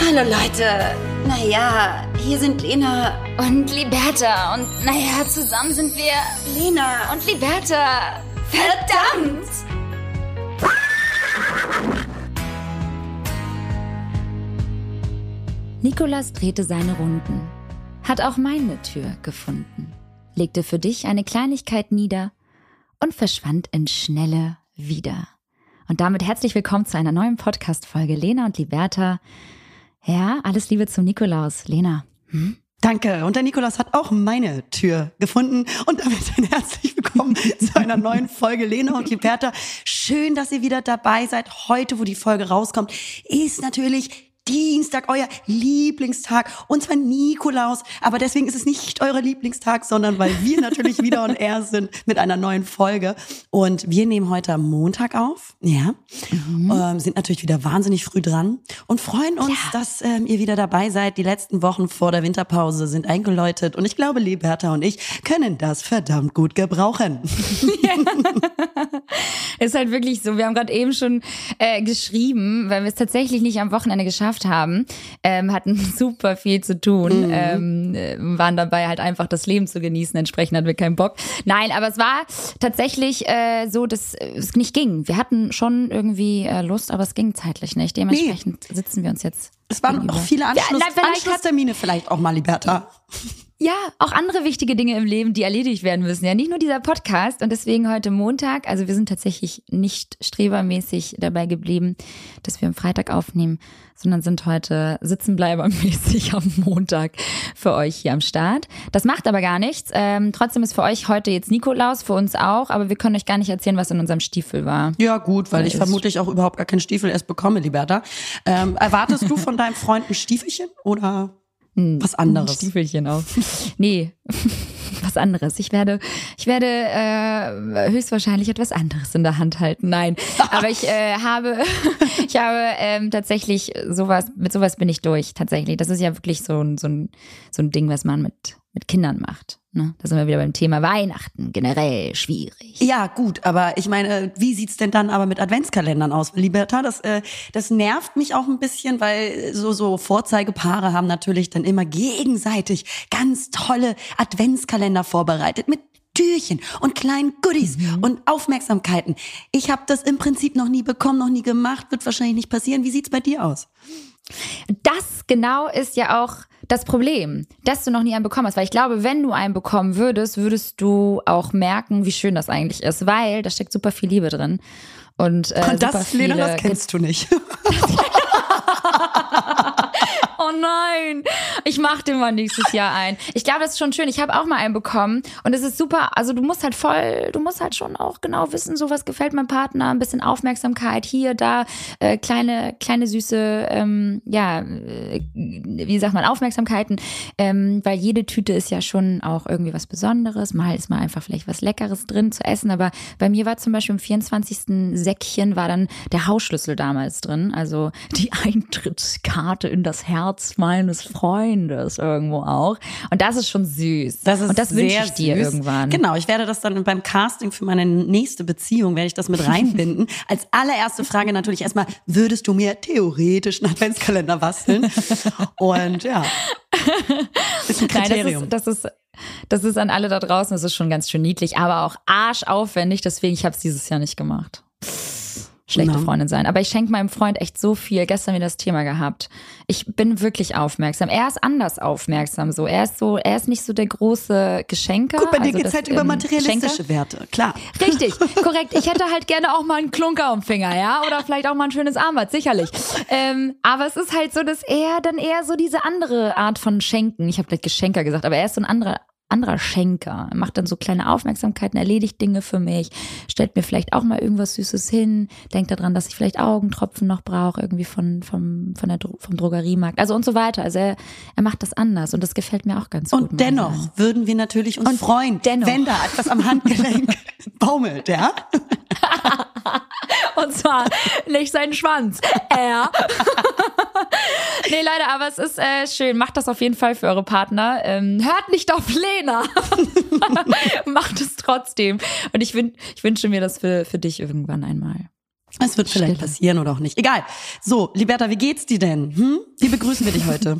Hallo Leute, naja, hier sind Lena und Liberta und naja, zusammen sind wir Lena und Liberta. Verdammt! Nikolas drehte seine Runden, hat auch meine Tür gefunden, legte für dich eine Kleinigkeit nieder und verschwand in Schnelle wieder. Und damit herzlich willkommen zu einer neuen Podcast-Folge Lena und Liberta. Ja, alles Liebe zum Nikolaus. Lena. Danke. Und der Nikolaus hat auch meine Tür gefunden. Und damit ein herzlich willkommen zu einer neuen Folge Lena und Liberta. Schön, dass ihr wieder dabei seid. Heute, wo die Folge rauskommt, ist natürlich Dienstag, euer Lieblingstag, und zwar Nikolaus. Aber deswegen ist es nicht euer Lieblingstag, sondern weil wir natürlich wieder on air sind mit einer neuen Folge. Und wir nehmen heute am Montag auf, ja, sind natürlich wieder wahnsinnig früh dran und freuen uns, dass ihr wieder dabei seid. Die letzten Wochen vor der Winterpause sind eingeläutet und ich glaube, Liberta und ich können das verdammt gut gebrauchen. Ja. Ist halt wirklich so, wir haben gerade eben schon geschrieben, weil wir es tatsächlich nicht am Wochenende geschafft haben, hatten super viel zu tun, waren dabei halt einfach das Leben zu genießen, entsprechend hatten wir keinen Bock. Nein, aber es war tatsächlich so, dass es nicht ging. Wir hatten schon irgendwie Lust, aber es ging zeitlich nicht. Dementsprechend sitzen wir uns jetzt. Es waren auch viele Anschlusstermine vielleicht auch mal, Liberta. Ja, auch andere wichtige Dinge im Leben, die erledigt werden müssen. Ja, nicht nur dieser Podcast. Und deswegen heute Montag, also wir sind tatsächlich nicht strebermäßig dabei geblieben, dass wir am Freitag aufnehmen, sondern sind heute sitzenbleibermäßig am Montag für euch hier am Start. Das macht aber gar nichts. Trotzdem ist für euch heute jetzt Nikolaus, für uns auch. Aber wir können euch gar nicht erzählen, was in unserem Stiefel war. Ja gut, weil ich vermutlich auch überhaupt gar keinen Stiefel erst bekomme, Liberta. Erwartest du von deinem Freund ein Stiefelchen oder was anderes? Ein Stiefelchen auch. Nee, was anderes. Ich werde höchstwahrscheinlich etwas anderes in der Hand halten. Nein, aber ich habe tatsächlich mit sowas bin ich durch, tatsächlich. Das ist ja wirklich so ein Ding, was man mit Kindern macht. Ne? Da sind wir wieder beim Thema Weihnachten, generell schwierig. Ja, gut, aber ich meine, wie sieht's denn dann aber mit Adventskalendern aus, Liberta? Das nervt mich auch ein bisschen, weil so Vorzeigepaare haben natürlich dann immer gegenseitig ganz tolle Adventskalender vorbereitet mit Türchen und kleinen Goodies und Aufmerksamkeiten. Ich habe das im Prinzip noch nie bekommen, noch nie gemacht, wird wahrscheinlich nicht passieren. Wie sieht's bei dir aus? Das genau ist ja auch das Problem, dass du noch nie einen bekommen hast. Weil ich glaube, wenn du einen bekommen würdest du auch merken, wie schön das eigentlich ist. Weil da steckt super viel Liebe drin. Und Lena, das kennst du nicht. Oh nein, ich mach den mal nächstes Jahr ein. Ich glaube, das ist schon schön. Ich habe auch mal einen bekommen und es ist super. Also du musst halt schon auch genau wissen, so was gefällt meinem Partner, ein bisschen Aufmerksamkeit hier, da, kleine süße, wie sagt man, Aufmerksamkeiten, weil jede Tüte ist ja schon auch irgendwie was Besonderes. Mal ist mal einfach vielleicht was Leckeres drin zu essen, aber bei mir war zum Beispiel im 24. Säckchen war dann der Hausschlüssel damals drin, also die Eintrittskarte in das Herz meines Freundes irgendwo auch. Und das ist schon süß. Und das wünsche ich dir irgendwann. Genau, ich werde das dann beim Casting für meine nächste Beziehung, werde ich das mit reinbinden. Als allererste Frage natürlich erstmal, würdest du mir theoretisch einen Adventskalender basteln? Und ja, ist ein Kriterium. Nein, das ist an alle da draußen, das ist schon ganz schön niedlich, aber auch arschaufwendig, deswegen, ich habe es dieses Jahr nicht gemacht. Schlechte Freundin sein. Aber ich schenke meinem Freund echt so viel. Gestern wieder das Thema gehabt. Ich bin wirklich aufmerksam. Er ist anders aufmerksam so. Er ist nicht so der große Geschenker. Gut, bei dir geht's halt über materialistische Werte. Klar. Richtig, korrekt. Ich hätte halt gerne auch mal einen Klunker am Finger, ja? Oder vielleicht auch mal ein schönes Armband, sicherlich. Aber es ist halt so, dass er dann eher so diese andere Art von Schenken, ich habe gleich Geschenker gesagt, aber er ist so ein anderer Schenker. Er macht dann so kleine Aufmerksamkeiten, erledigt Dinge für mich, stellt mir vielleicht auch mal irgendwas Süßes hin, denkt daran, dass ich vielleicht Augentropfen noch brauche, irgendwie vom Drogeriemarkt, also und so weiter. Also er macht das anders und das gefällt mir auch ganz gut. Und dennoch würden wir natürlich uns freuen, wenn da etwas am Handgelenk baumelt, ja? Und zwar nicht seinen Schwanz. Nee, leider, aber es ist schön. Macht das auf jeden Fall für eure Partner. Hört nicht auf Lena. Macht es trotzdem. Und ich wünsche mir das für dich irgendwann einmal. Es wird vielleicht passieren oder auch nicht. Egal. So, Liberta, wie geht's dir denn? Wie begrüßen wir dich heute?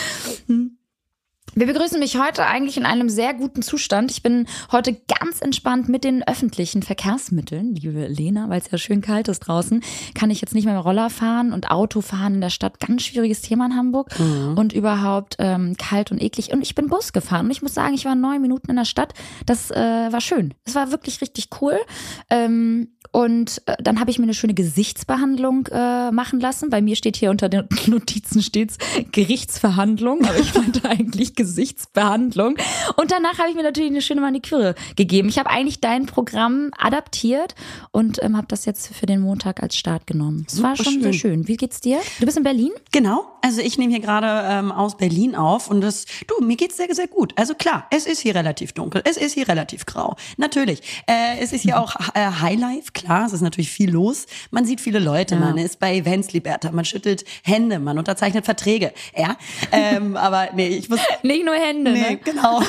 Wir begrüßen mich heute eigentlich in einem sehr guten Zustand. Ich bin heute ganz entspannt mit den öffentlichen Verkehrsmitteln, liebe Lena, weil es ja schön kalt ist draußen. Kann ich jetzt nicht mehr mit Roller fahren und Auto fahren in der Stadt. Ganz schwieriges Thema in Hamburg und überhaupt kalt und eklig. Und ich bin Bus gefahren und ich muss sagen, ich war 9 Minuten in der Stadt. Das war schön. Es war wirklich richtig cool. Und dann habe ich mir eine schöne Gesichtsbehandlung machen lassen. Bei mir steht hier unter den Notizen stets Gerichtsverhandlung, aber ich meinte eigentlich Gesichtsbehandlung. Und danach habe ich mir natürlich eine schöne Maniküre gegeben. Ich habe eigentlich dein Programm adaptiert und habe das jetzt für den Montag als Start genommen. Es war schon sehr schön. Wie geht's dir? Du bist in Berlin? Genau. Also ich nehme hier gerade aus Berlin auf und mir geht's sehr, sehr gut. Also klar, es ist hier relativ dunkel, es ist hier relativ grau. Natürlich. Es ist hier auch Highlife, klar, es ist natürlich viel los. Man sieht viele Leute, man ist bei Events, Liberta, man schüttelt Hände, man unterzeichnet Verträge. Ja, aber nee, ich muss... Nicht nur Hände, nee, ne? Genau.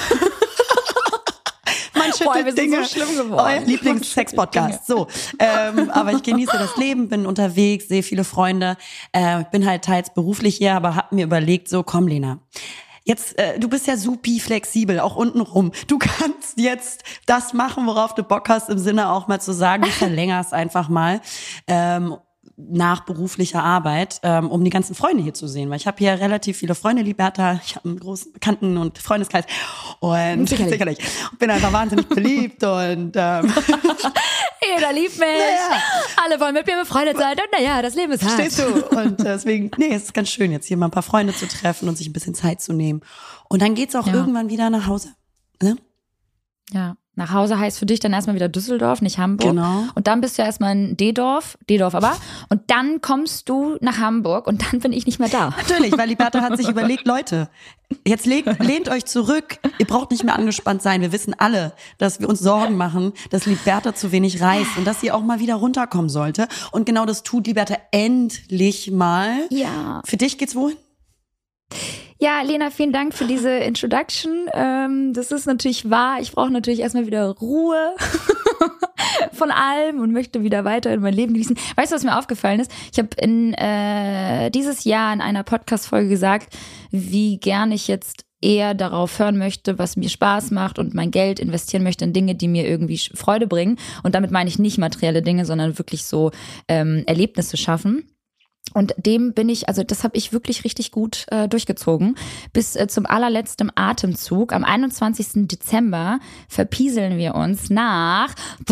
Man schüttelt wir sind Dinge. so schlimm geworden. Euer Lieblings-Sex-Podcast. So, aber ich genieße das Leben, bin unterwegs, sehe viele Freunde. Bin halt teils beruflich hier, aber hab mir überlegt, so komm Lena, jetzt, du bist ja supi flexibel, auch untenrum. Du kannst jetzt das machen, worauf du Bock hast, im Sinne auch mal zu sagen, du verlängerst einfach mal. Nach beruflicher Arbeit, um die ganzen Freunde hier zu sehen. Weil ich habe hier relativ viele Freunde, Liberta. Ich habe einen großen Bekannten- und Freundeskreis. Und sicherlich. Bin einfach wahnsinnig beliebt und jeder liebt mich. Naja. Alle wollen mit mir befreundet sein. Und naja, das Leben ist hart. Stehst du? Und deswegen, es ist ganz schön, jetzt hier mal ein paar Freunde zu treffen und sich ein bisschen Zeit zu nehmen. Und dann geht's auch irgendwann wieder nach Hause. Ne? Ja. Nach Hause heißt für dich dann erstmal wieder Düsseldorf, nicht Hamburg. Genau. Und dann bist du erstmal in D-Dorf aber. Und dann kommst du nach Hamburg und dann bin ich nicht mehr da. Natürlich, weil Liberta hat sich überlegt, Leute, jetzt lehnt euch zurück. Ihr braucht nicht mehr angespannt sein. Wir wissen alle, dass wir uns Sorgen machen, dass Liberta zu wenig reist und dass sie auch mal wieder runterkommen sollte. Und genau das tut Liberta endlich mal. Ja. Für dich geht's wohin? Ja, Lena, vielen Dank für diese Introduction. Das ist natürlich wahr. Ich brauche natürlich erstmal wieder Ruhe von allem und möchte wieder weiter in mein Leben genießen. Weißt du, was mir aufgefallen ist? Ich habe dieses Jahr in einer Podcast-Folge gesagt, wie gern ich jetzt eher darauf hören möchte, was mir Spaß macht und mein Geld investieren möchte in Dinge, die mir irgendwie Freude bringen. Und damit meine ich nicht materielle Dinge, sondern wirklich so Erlebnisse schaffen. Und dem bin ich, also das habe ich wirklich richtig gut durchgezogen. Bis zum allerletzten Atemzug. Am 21. Dezember verpieseln wir uns nach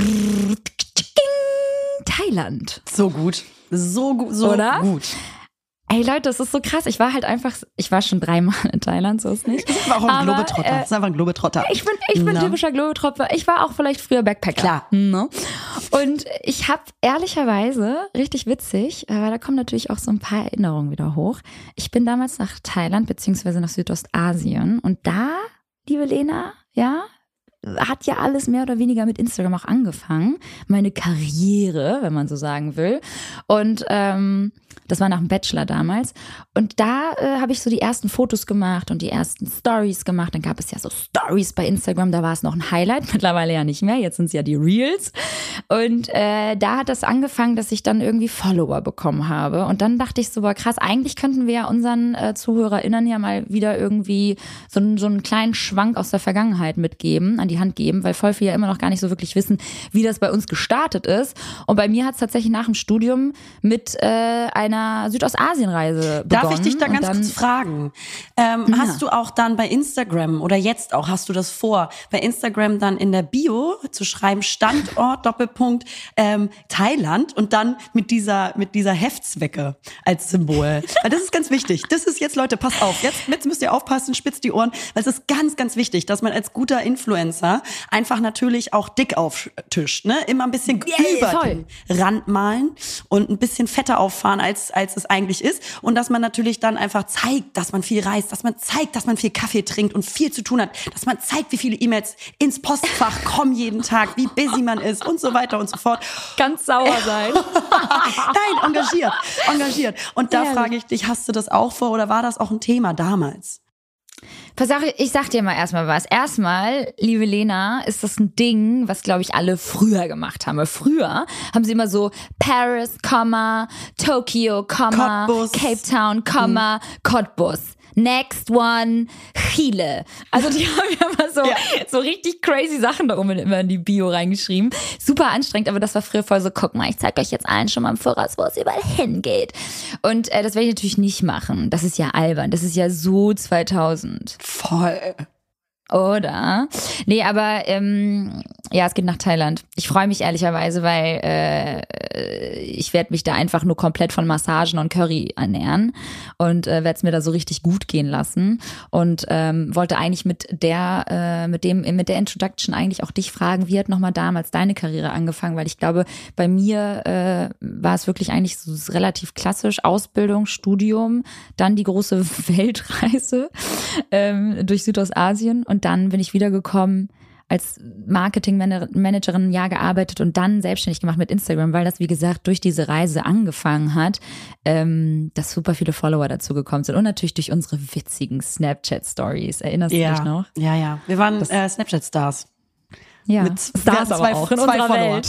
Thailand. So gut. So gut. So oder? Gut. Ey Leute, das ist so krass. Ich war schon 3-mal in Thailand, so ist nicht. Das ist auch ein Globetrotter. Das ist einfach ein Globetrotter. Ich bin typischer Globetrotter. Ich war auch vielleicht früher Backpacker. Klar. Ne? Und ich habe ehrlicherweise, richtig witzig, weil da kommen natürlich auch so ein paar Erinnerungen wieder hoch. Ich bin damals nach Thailand beziehungsweise nach Südostasien und da, liebe Lena, ja, hat ja alles mehr oder weniger mit Instagram auch angefangen. Meine Karriere, wenn man so sagen will. Und das war nach dem Bachelor damals. Und da habe ich so die ersten Fotos gemacht und die ersten Stories gemacht. Dann gab es ja so Stories bei Instagram, da war es noch ein Highlight. Mittlerweile ja nicht mehr, jetzt sind es ja die Reels. Und da hat das angefangen, dass ich dann irgendwie Follower bekommen habe. Und dann dachte ich so, boah krass, eigentlich könnten wir ja unseren ZuhörerInnen ja mal wieder irgendwie so einen kleinen Schwank aus der Vergangenheit mitgeben, an die Hand geben, weil voll viele ja immer noch gar nicht so wirklich wissen, wie das bei uns gestartet ist. Und bei mir hat es tatsächlich nach dem Studium mit einer Südostasienreise begonnen. Darf ich dich da ganz kurz fragen? Hast du auch dann bei Instagram oder jetzt auch, hast du das vor, bei Instagram dann in der Bio zu schreiben Standort, Doppelpunkt, Thailand und dann mit dieser Heftzwecke als Symbol? Weil das ist ganz wichtig. Das ist jetzt, Leute, passt auf. Jetzt müsst ihr aufpassen, spitzt die Ohren, weil es ist ganz, ganz wichtig, dass man als guter Influencer einfach natürlich auch dick auftischt, ne? Immer ein bisschen über den Rand malen und ein bisschen fetter auffahren, als es eigentlich ist. Und dass man natürlich dann einfach zeigt, dass man viel reist, dass man zeigt, dass man viel Kaffee trinkt und viel zu tun hat, dass man zeigt, wie viele E-Mails ins Postfach kommen jeden Tag, wie busy man ist und so weiter und so fort. Ganz sauer sein. Nein, engagiert. Und da frage ich dich, hast du das auch vor oder war das auch ein Thema damals? Pass auf, ich sag dir mal erstmal was. Erstmal, liebe Lena, ist das ein Ding, was, glaube ich, alle früher gemacht haben. Früher haben sie immer so Paris, Tokio, Cottbus. Cape Town, Cottbus. Next one, Chile. Also die haben ja immer so richtig crazy Sachen da oben immer in die Bio reingeschrieben. Super anstrengend, aber das war früher voll so, guck mal, ich zeig euch jetzt allen schon mal im Voraus, wo es überall hingeht. Und das werde ich natürlich nicht machen. Das ist ja albern. Das ist ja so 2000. Voll. Oder? Nee, aber ja, es geht nach Thailand. Ich freue mich ehrlicherweise, weil ich werde mich da einfach nur komplett von Massagen und Curry ernähren und werde es mir da so richtig gut gehen lassen und wollte eigentlich mit der Introduction eigentlich auch dich fragen, wie hat nochmal damals deine Karriere angefangen, weil ich glaube, bei mir war es wirklich eigentlich so relativ klassisch, Ausbildung, Studium, dann die große Weltreise durch Südostasien und dann bin ich wiedergekommen, als Marketingmanagerin ein Jahr gearbeitet und dann selbstständig gemacht mit Instagram, weil das, wie gesagt, durch diese Reise angefangen hat, dass super viele Follower dazu gekommen sind und natürlich durch unsere witzigen Snapchat-Stories. Erinnerst du dich noch? Ja. Wir waren Snapchat-Stars. Ja, mit Stars aber auch in unserer Welt.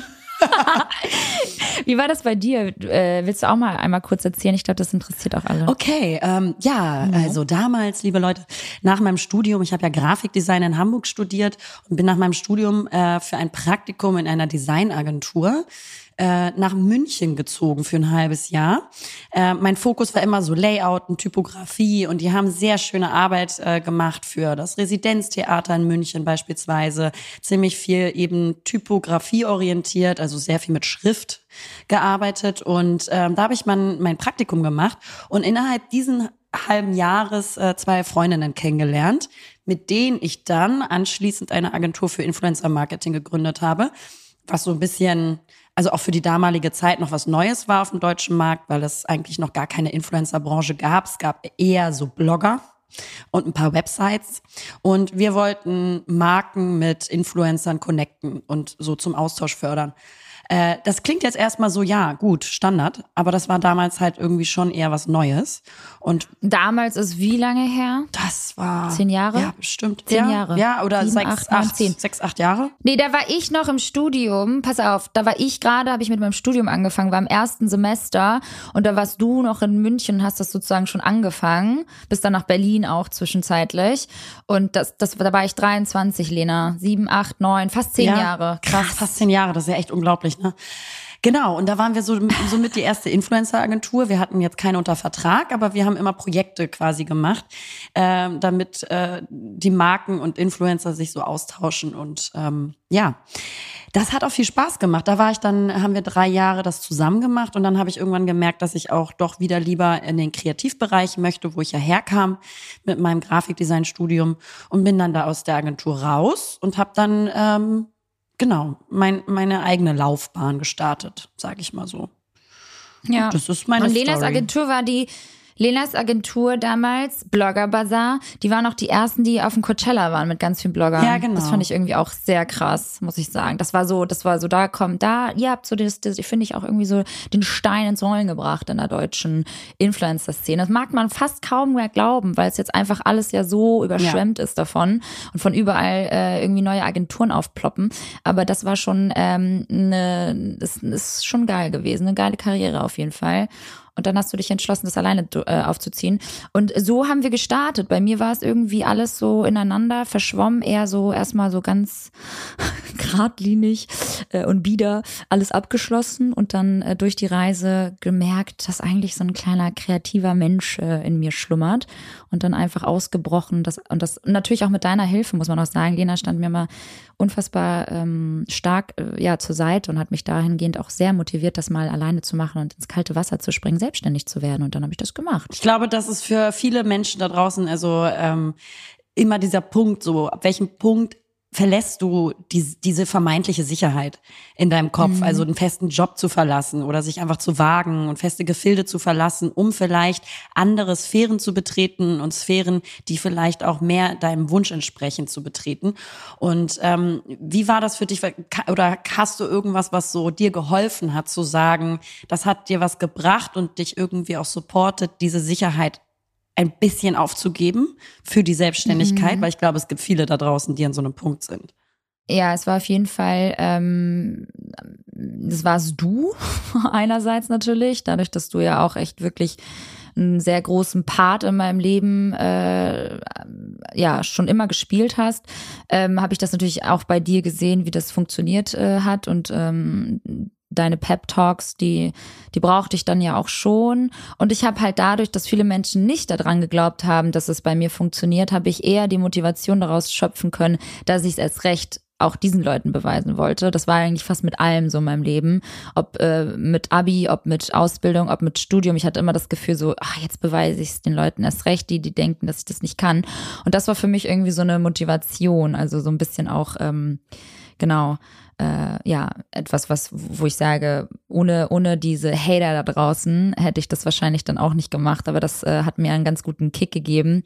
Wie war das bei dir? Willst du auch mal einmal kurz erzählen? Ich glaube, das interessiert auch alle. Okay, also damals, liebe Leute, nach meinem Studium, ich habe ja Grafikdesign in Hamburg studiert und bin nach meinem Studium für ein Praktikum in einer Designagentur nach München gezogen für ein halbes Jahr. Mein Fokus war immer so Layout und Typografie und die haben sehr schöne Arbeit gemacht für das Residenztheater in München beispielsweise. Ziemlich viel eben Typografie orientiert, also sehr viel mit Schrift gearbeitet und da habe ich mein Praktikum gemacht und innerhalb diesen halben Jahres 2 Freundinnen kennengelernt, mit denen ich dann anschließend eine Agentur für Influencer-Marketing gegründet habe, was so ein bisschen, also auch für die damalige Zeit noch was Neues war auf dem deutschen Markt, weil es eigentlich noch gar keine Influencer-Branche gab. Es gab eher so Blogger und ein paar Websites. Und wir wollten Marken mit Influencern connecten und so zum Austausch fördern. Das klingt jetzt erstmal so, ja, gut, Standard, aber das war damals halt irgendwie schon eher was Neues. Und damals ist wie lange her? Das war 10 Jahre? Ja, bestimmt. 10 Jahre. Ja, oder 7, 8, 9, 10. 6, 8 Jahre. Nee, da war ich noch im Studium. Pass auf, da war ich gerade, habe ich mit meinem Studium angefangen, war im ersten Semester und da warst du noch in München und hast das sozusagen schon angefangen, bis dann nach Berlin auch zwischenzeitlich. Und da war ich 23, Lena. 7, 8, 9, fast 10 Jahre. Krass, fast 10 Jahre, das ist ja echt unglaublich, ne? Genau, und da waren wir so mit die erste Influencer-Agentur. Wir hatten jetzt keine unter Vertrag, aber wir haben immer Projekte quasi gemacht, damit die Marken und Influencer sich so austauschen. Und ja, das hat auch viel Spaß gemacht. Haben wir 3 Jahre das zusammen gemacht und dann habe ich irgendwann gemerkt, dass ich auch doch wieder lieber in den Kreativbereich möchte, wo ich ja herkam mit meinem Grafikdesign-Studium und bin dann da aus der Agentur raus und habe dann meine eigene Laufbahn gestartet, sage ich mal so. Ja. Das ist meine Story. Und Lenas Agentur damals, Blogger Bazaar, die waren auch die ersten, die auf dem Coachella waren mit ganz vielen Bloggern. Ja, genau. Das fand ich irgendwie auch sehr krass, muss ich sagen. Ihr habt so das finde ich auch irgendwie so den Stein ins Rollen gebracht in der deutschen Influencer-Szene. Das mag man fast kaum mehr glauben, weil es jetzt einfach alles ja so überschwemmt ist davon und von überall irgendwie neue Agenturen aufploppen. Aber das war schon das ist schon geil gewesen, eine geile Karriere auf jeden Fall. Und dann hast du dich entschlossen, das alleine aufzuziehen. Und so haben wir gestartet. Bei mir war es irgendwie alles so ineinander verschwommen, eher so erstmal so ganz geradlinig und bieder alles abgeschlossen und dann durch die Reise gemerkt, dass eigentlich so ein kleiner kreativer Mensch in mir schlummert und dann einfach ausgebrochen. Und das natürlich auch mit deiner Hilfe, muss man auch sagen. Lena stand mir mal unfassbar stark zur Seite und hat mich dahingehend auch sehr motiviert, das mal alleine zu machen und ins kalte Wasser zu springen, selbstständig zu werden. Und dann habe ich das gemacht. Ich glaube, das ist für viele Menschen da draußen immer dieser Punkt, so ab welchem Punkt verlässt du diese vermeintliche Sicherheit in deinem Kopf, also einen festen Job zu verlassen oder sich einfach zu wagen und feste Gefilde zu verlassen, um vielleicht andere Sphären zu betreten und Sphären, die vielleicht auch mehr deinem Wunsch entsprechen, zu betreten. Und wie war das für dich? Oder hast du irgendwas, was so dir geholfen hat, zu sagen, das hat dir was gebracht und dich irgendwie auch supportet, diese Sicherheit ein bisschen aufzugeben für die Selbstständigkeit, weil ich glaube, es gibt viele da draußen, die an so einem Punkt sind. Ja, es war auf jeden Fall, das warst du einerseits natürlich, dadurch, dass du ja auch echt wirklich einen sehr großen Part in meinem Leben schon immer gespielt hast, habe ich das natürlich auch bei dir gesehen, wie das funktioniert hat und deine Pep-Talks, die brauchte ich dann ja auch schon. Und ich habe halt dadurch, dass viele Menschen nicht daran geglaubt haben, dass es bei mir funktioniert, habe ich eher die Motivation daraus schöpfen können, dass ich es erst recht auch diesen Leuten beweisen wollte. Das war eigentlich fast mit allem so in meinem Leben. Ob mit Abi, ob mit Ausbildung, ob mit Studium. Ich hatte immer das Gefühl so, jetzt beweise ich es den Leuten erst recht, die denken, dass ich das nicht kann. Und das war für mich irgendwie so eine Motivation. Also so ein bisschen auch, etwas, wo ich sage, ohne diese Hater da draußen hätte ich das wahrscheinlich dann auch nicht gemacht, aber das hat mir einen ganz guten Kick gegeben.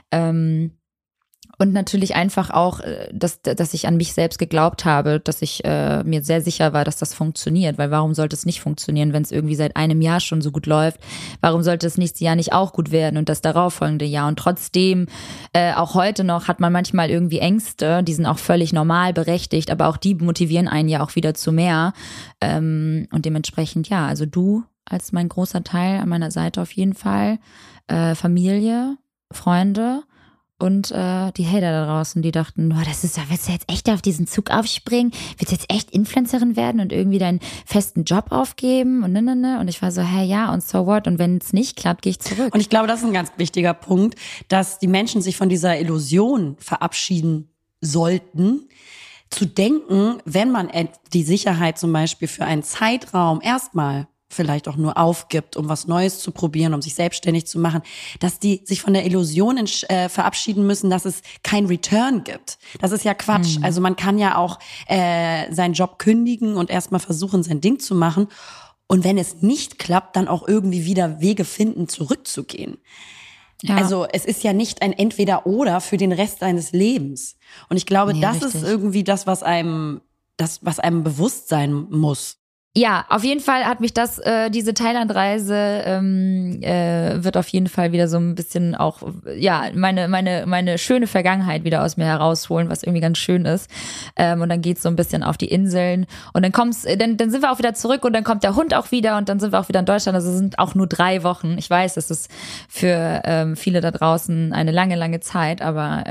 Und natürlich einfach auch, dass ich an mich selbst geglaubt habe, dass ich mir sehr sicher war, dass das funktioniert. Weil warum sollte es nicht funktionieren, wenn es irgendwie seit einem Jahr schon so gut läuft? Warum sollte es nächstes Jahr nicht auch gut werden und das darauffolgende Jahr? Und trotzdem, auch heute noch, hat man manchmal irgendwie Ängste, die sind auch völlig normal berechtigt, aber auch die motivieren einen ja auch wieder zu mehr. Und dementsprechend, ja, also du als mein großer Teil an meiner Seite auf jeden Fall, Familie, Freunde. Und die Hater da draußen, die dachten, willst du jetzt echt auf diesen Zug aufspringen? Willst du jetzt echt Influencerin werden und irgendwie deinen festen Job aufgeben? Und Und ich war so, ja, und so what? Und wenn es nicht klappt, gehe ich zurück. Und ich glaube, das ist ein ganz wichtiger Punkt, dass die Menschen sich von dieser Illusion verabschieden sollten, zu denken, wenn man die Sicherheit zum Beispiel für einen Zeitraum erstmal vielleicht auch nur aufgibt, um was Neues zu probieren, um sich selbstständig zu machen, dass die sich von der Illusion verabschieden müssen, dass es kein Return gibt. Das ist ja Quatsch. Also man kann ja auch seinen Job kündigen und erstmal versuchen, sein Ding zu machen. Und wenn es nicht klappt, dann auch irgendwie wieder Wege finden, zurückzugehen. Ja. Also es ist ja nicht ein Entweder-Oder für den Rest deines Lebens. Und ich glaube, das richtig. Ist irgendwie das, was einem bewusst sein muss. Ja, auf jeden Fall hat mich diese Thailand-Reise wird auf jeden Fall wieder so ein bisschen auch, meine schöne Vergangenheit wieder aus mir herausholen, was irgendwie ganz schön ist. Und dann geht's so ein bisschen auf die Inseln und dann sind wir auch wieder zurück und dann kommt der Hund auch wieder und dann sind wir auch wieder in Deutschland. Also es sind auch nur 3 Wochen. Ich weiß, das ist für viele da draußen eine lange, lange Zeit, aber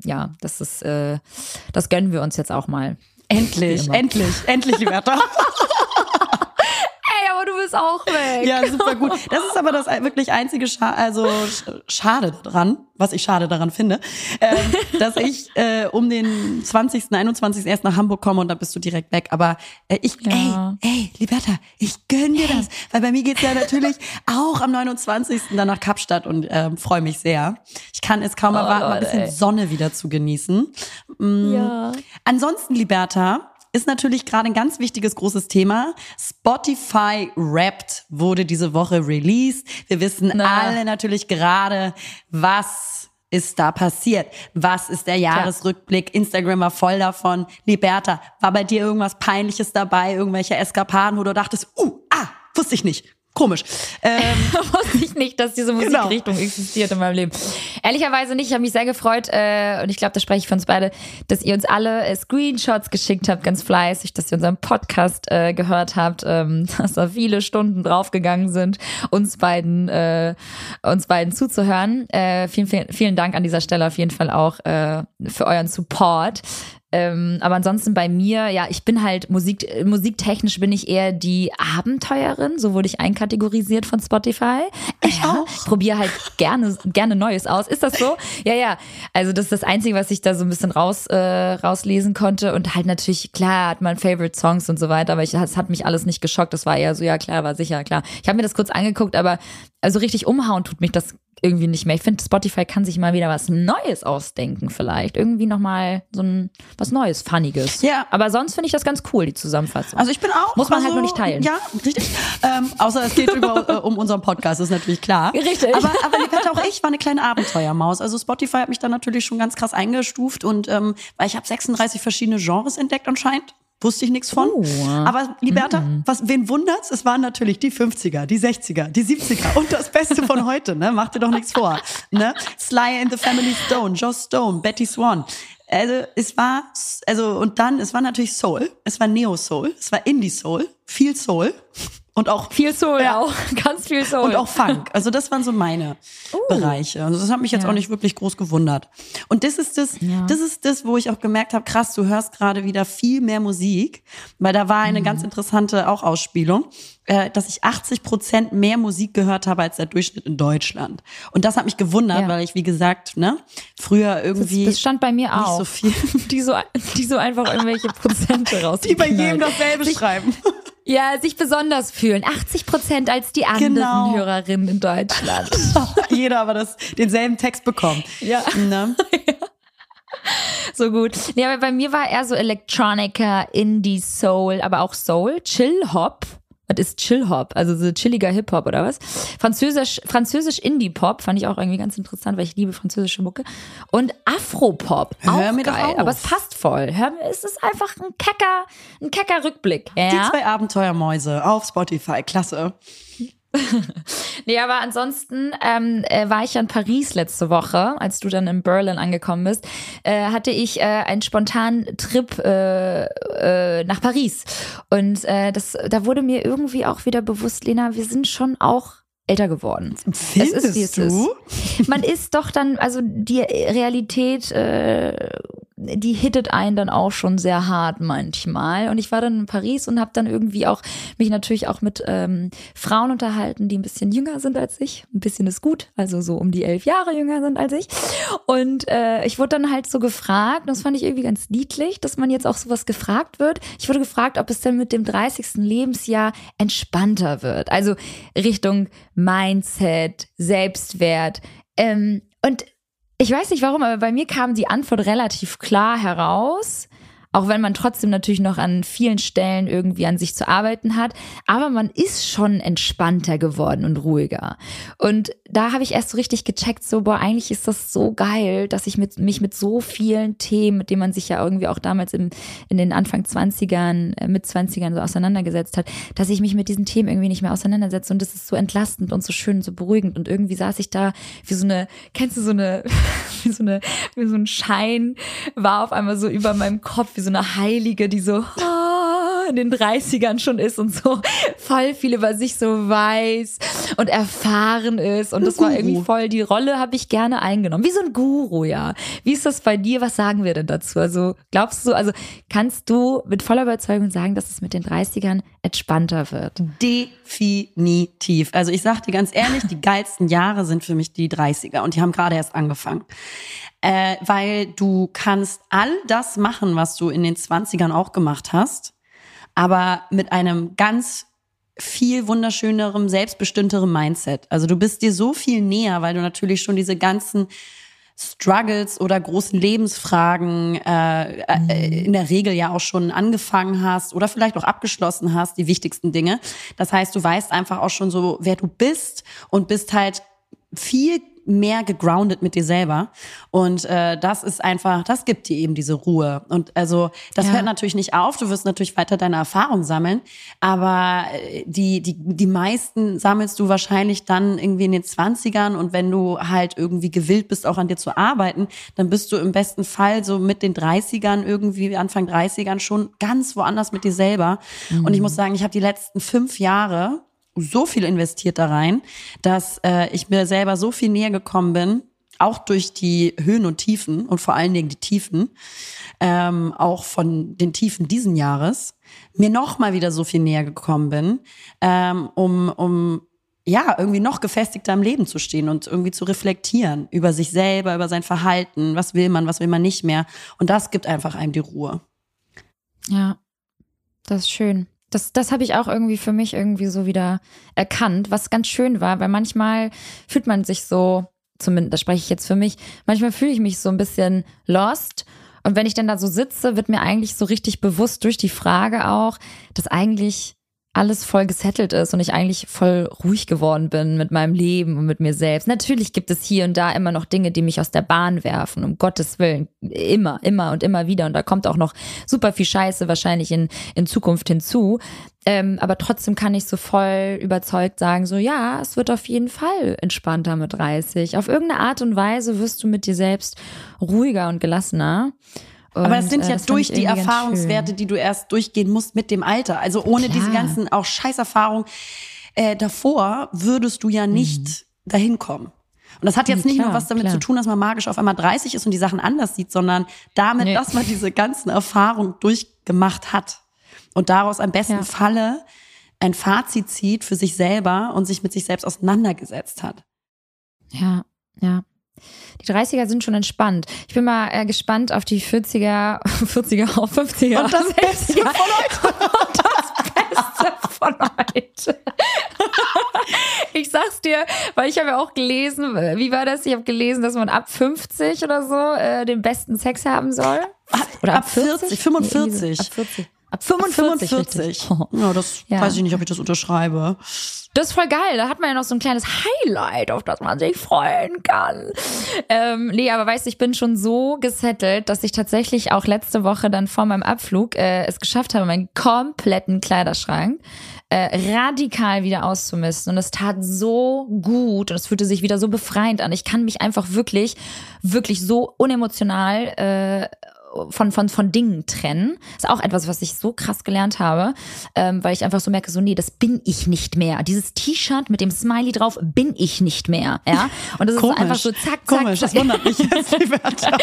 das gönnen wir uns jetzt auch mal. Endlich, Liberta. Aber du bist auch weg. Ja, super gut. Das ist aber das wirklich einzige schade daran, was ich schade daran finde, dass ich um den 20., 21. erst nach Hamburg komme und dann bist du direkt weg. Aber Liberta, ich gönn dir das. Weil bei mir geht's ja natürlich auch am 29. dann nach Kapstadt und freue mich sehr. Ich kann es kaum erwarten, mal ein bisschen Sonne wieder zu genießen. Ja. Ansonsten, Liberta, ist natürlich gerade ein ganz wichtiges, großes Thema. Spotify Wrapped wurde diese Woche released. Wir wissen alle natürlich gerade, was ist da passiert. Was ist der Jahresrückblick? Instagram war voll davon. Liberta, war bei dir irgendwas Peinliches dabei? Irgendwelche Eskapaden, wo du dachtest, wusste ich nicht. Komisch. Wusste ich nicht, dass diese Musikrichtung existiert in meinem Leben. Ehrlicherweise nicht. Ich habe mich sehr gefreut und ich glaube, da spreche ich für uns beide, dass ihr uns alle Screenshots geschickt habt, ganz fleißig, dass ihr unseren Podcast gehört habt, dass da viele Stunden draufgegangen sind, uns beiden zuzuhören. Vielen Dank an dieser Stelle auf jeden Fall auch für euren Support. Aber ansonsten bei mir, ich bin halt musiktechnisch bin ich eher die Abenteuerin, so wurde ich einkategorisiert von Spotify. Ich auch. Ich probiere halt gerne Neues aus. Ist das so? Ja. Also das ist das Einzige, was ich da so ein bisschen rauslesen konnte und halt natürlich, klar, hat man Favorite Songs und so weiter, aber es hat mich alles nicht geschockt. Das war eher so, ja klar, war sicher, klar. Ich habe mir das kurz angeguckt, aber also richtig umhauen tut mich das irgendwie nicht mehr. Ich finde, Spotify kann sich mal wieder was Neues ausdenken vielleicht. Irgendwie nochmal so was Neues, Funniges. Ja. Aber sonst finde ich das ganz cool, die Zusammenfassung. Also ich bin auch. Muss man halt nur nicht teilen. Ja, richtig. Außer es geht um unseren Podcast, ist natürlich klar. Richtig. Aber Liberta, auch ich war eine kleine Abenteuermaus. Also Spotify hat mich da natürlich schon ganz krass eingestuft und weil ich habe 36 verschiedene Genres entdeckt anscheinend. Wusste ich nichts von. Aber Liberta, wen wundert's? Es waren natürlich die 50er, die 60er, die 70er und das Beste von heute, ne? Mach dir doch nichts vor. Ne? Sly and the Family Stone, Joss Stone, Betty Swan. Es war natürlich Soul, es war Neo-Soul, es war Indie-Soul, viel Soul. Und auch viel Soul, auch ganz viel Soul. Und auch Funk. Also das waren so meine Bereiche. Also das hat mich jetzt auch nicht wirklich groß gewundert. Und das ist das, wo ich auch gemerkt habe, krass, du hörst gerade wieder viel mehr Musik, weil da war eine ganz interessante auch Ausspielung, dass ich 80% mehr Musik gehört habe als der Durchschnitt in Deutschland. Und das hat mich gewundert, weil ich, wie gesagt, früher irgendwie das stand bei mir auch. Nicht so viel. Die so einfach irgendwelche Prozente raus. Die bei jedem dasselbe schreiben. Ja, sich besonders fühlen. 80% als die anderen Hörerinnen in Deutschland. Jeder aber denselben Text bekommt. Ja. Ne? So gut. Nee, aber bei mir war eher so Electronica, Indie, Soul, aber auch Soul, Chill-Hop. Was ist Chill-Hop? Also so chilliger Hip-Hop oder was? Französisch Indie-Pop fand ich auch irgendwie ganz interessant, weil ich liebe französische Mucke. Und Afro-Pop, auch mir geil. Doch auf. Aber es passt voll. Es ist einfach ein kecker Rückblick. Ja? Die 2 Abenteuermäuse auf Spotify, klasse. Nee, aber ansonsten war ich ja in Paris letzte Woche, als du dann in Berlin angekommen bist, hatte ich einen spontanen Trip nach Paris. Und da wurde mir irgendwie auch wieder bewusst, Lena, wir sind schon auch älter geworden. Findest du? Man ist doch dann, also die Realität, die hittet einen dann auch schon sehr hart manchmal. Und ich war dann in Paris und habe dann irgendwie auch mich natürlich auch mit Frauen unterhalten, die ein bisschen jünger sind als ich. Ein bisschen ist gut, also so um die 11 Jahre jünger sind als ich. Und ich wurde dann halt so gefragt, und das fand ich irgendwie ganz niedlich, dass man jetzt auch sowas gefragt wird. Ich wurde gefragt, ob es denn mit dem 30. Lebensjahr entspannter wird. Also Richtung Mindset, Selbstwert. Und ich weiß nicht warum, aber bei mir kam die Antwort relativ klar heraus. Auch wenn man trotzdem natürlich noch an vielen Stellen irgendwie an sich zu arbeiten hat. Aber man ist schon entspannter geworden und ruhiger. Und da habe ich erst so richtig gecheckt, so, boah, eigentlich ist das so geil, dass ich mich mit so vielen Themen, mit denen man sich ja irgendwie auch damals in den Anfang 20ern, mit 20ern so auseinandergesetzt hat, dass ich mich mit diesen Themen irgendwie nicht mehr auseinandersetze. Und das ist so entlastend und so schön und so beruhigend. Und irgendwie saß ich da wie so eine, kennst du wie so ein Schein war auf einmal so über meinem Kopf, wie so eine Heilige, die so in den 30ern schon ist und so voll viel über sich so weiß und erfahren ist. Und das war irgendwie voll, die Rolle habe ich gerne eingenommen. Wie so ein Guru, ja. Wie ist das bei dir? Was sagen wir denn dazu? Also glaubst du, also kannst du mit voller Überzeugung sagen, dass es mit den 30ern entspannter wird? Definitiv. Also ich sag dir ganz ehrlich, die geilsten Jahre sind für mich die 30er und die haben gerade erst angefangen. Weil du kannst all das machen, was du in den 20ern auch gemacht hast, aber mit einem ganz viel wunderschönerem, selbstbestimmterem Mindset. Also du bist dir so viel näher, weil du natürlich schon diese ganzen Struggles oder großen Lebensfragen in der Regel ja auch schon angefangen hast oder vielleicht auch abgeschlossen hast, die wichtigsten Dinge. Das heißt, du weißt einfach auch schon so, wer du bist und bist halt viel mehr gegroundet mit dir selber. Und das ist einfach, das gibt dir eben diese Ruhe. Und also das hört natürlich nicht auf. Du wirst natürlich weiter deine Erfahrung sammeln. Aber die meisten sammelst du wahrscheinlich dann irgendwie in den 20ern. Und wenn du halt irgendwie gewillt bist, auch an dir zu arbeiten, dann bist du im besten Fall so mit den 30ern irgendwie, Anfang 30ern schon ganz woanders mit dir selber. Mhm. Und ich muss sagen, ich habe die letzten 5 Jahre so viel investiert da rein, dass ich mir selber so viel näher gekommen bin, auch durch die Höhen und Tiefen und vor allen Dingen die Tiefen, auch von den Tiefen diesen Jahres, mir noch mal wieder so viel näher gekommen bin, um irgendwie noch gefestigter im Leben zu stehen und irgendwie zu reflektieren über sich selber, über sein Verhalten, was will man nicht mehr. Und das gibt einfach einem die Ruhe. Ja, das ist schön. Das habe ich auch irgendwie für mich irgendwie so wieder erkannt, was ganz schön war, weil manchmal fühlt man sich so, zumindest, das spreche ich jetzt für mich, manchmal fühle ich mich so ein bisschen lost. Und wenn ich dann da so sitze, wird mir eigentlich so richtig bewusst durch die Frage auch, dass eigentlich alles voll gesettelt ist und ich eigentlich voll ruhig geworden bin mit meinem Leben und mit mir selbst. Natürlich gibt es hier und da immer noch Dinge, die mich aus der Bahn werfen, um Gottes Willen. Immer und immer wieder. Und da kommt auch noch super viel Scheiße wahrscheinlich in Zukunft hinzu. Aber trotzdem kann ich so voll überzeugt sagen, so ja, es wird auf jeden Fall entspannter mit 30. Auf irgendeine Art und Weise wirst du mit dir selbst ruhiger und gelassener. Und, aber das sind ja durch die Erfahrungswerte, die du erst durchgehen musst mit dem Alter. Also ohne diese ganzen auch Scheißerfahrungen davor würdest du ja nicht dahin kommen. Und das hat jetzt nicht nur was damit zu tun, dass man magisch auf einmal 30 ist und die Sachen anders sieht, sondern damit, dass man diese ganzen Erfahrungen durchgemacht hat und daraus am besten Falle ein Fazit zieht für sich selber und sich mit sich selbst auseinandergesetzt hat. Ja. Die 30er sind schon entspannt. Ich bin mal gespannt auf die 40er, auf 50er. Und das Beste von heute. Und das Beste von heute. Ich sag's dir, weil ich habe ja auch gelesen, wie war das? Ich habe gelesen, dass man ab 50 oder so den besten Sex haben soll. Oder ab 40? 45. Ab 40. Ab 45. Ja, das weiß ich nicht, ob ich das unterschreibe. Das ist voll geil. Da hat man ja noch so ein kleines Highlight, auf das man sich freuen kann. Nee, aber weißt du, ich bin schon so gesettelt, dass ich tatsächlich auch letzte Woche dann vor meinem Abflug es geschafft habe, meinen kompletten Kleiderschrank radikal wieder auszumisten. Und es tat so gut und es fühlte sich wieder so befreiend an. Ich kann mich einfach wirklich so unemotional von Dingen trennen. Ist auch etwas, was ich so krass gelernt habe, weil ich einfach so merke, so nee, das bin ich nicht mehr. Dieses T-Shirt mit dem Smiley drauf bin ich nicht mehr. Ja? Und das ist so einfach so zack. Das wundert mich jetzt, die Wörter.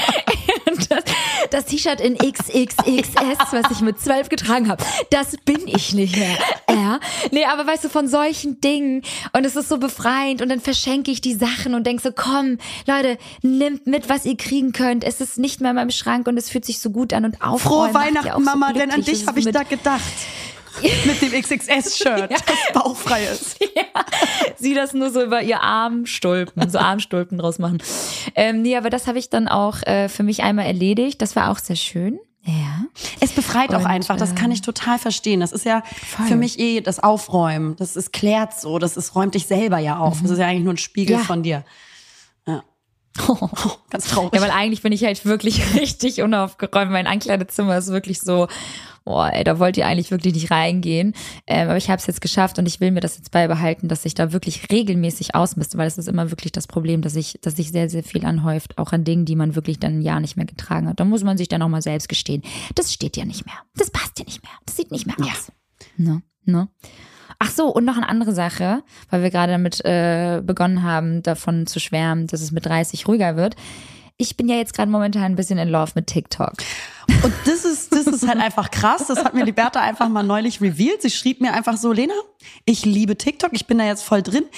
Das T-Shirt in XXXS, was ich mit 12 getragen habe, das bin ich nicht mehr. Ja? Nee, aber weißt du, von solchen Dingen und es ist so befreiend und dann verschenke ich die Sachen und denke so, komm, Leute, nehmt mit, was ihr kriegen könnt. Es ist nicht mehr in meinem Schrank und es fühlt sich so gut an und aufräumen. Frohe Weihnachten, Mama, denn an dich habe ich da gedacht. Mit dem XXS-Shirt, das bauchfrei ist. Ja, sie das nur so über ihr Armstulpen, so Armstulpen draus machen. Nee, aber das habe ich dann auch für mich einmal erledigt. Das war auch sehr schön. Ja. Es befreit auch einfach, das kann ich total verstehen. Das ist ja für mich das Aufräumen. Das ist klärt so, räumt dich selber ja auf. Das ist ja eigentlich nur ein Spiegel von dir. Ja. Oh, ganz traurig. Ja, weil eigentlich bin ich halt wirklich richtig unaufgeräumt. Mein Ankleidezimmer ist wirklich so, boah, ey, da wollt ihr eigentlich wirklich nicht reingehen. Aber ich habe es jetzt geschafft und ich will mir das jetzt beibehalten, dass ich da wirklich regelmäßig ausmiste, weil es ist immer wirklich das Problem, dass sich sehr, sehr viel anhäuft, auch an Dingen, die man wirklich dann ein Jahr nicht mehr getragen hat. Da muss man sich dann auch mal selbst gestehen. Das steht ja nicht mehr. Das passt ja nicht mehr. Das sieht nicht mehr aus. Ja. No. Ach so, und noch eine andere Sache, weil wir gerade damit begonnen haben, davon zu schwärmen, dass es mit 30 ruhiger wird. Ich bin ja jetzt gerade momentan ein bisschen in Love mit TikTok. Und das ist halt einfach krass. Das hat mir die Berta einfach mal neulich revealed. Sie schrieb mir einfach so, Lena, ich liebe TikTok, ich bin da jetzt voll drin.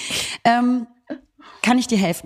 Kann ich dir helfen?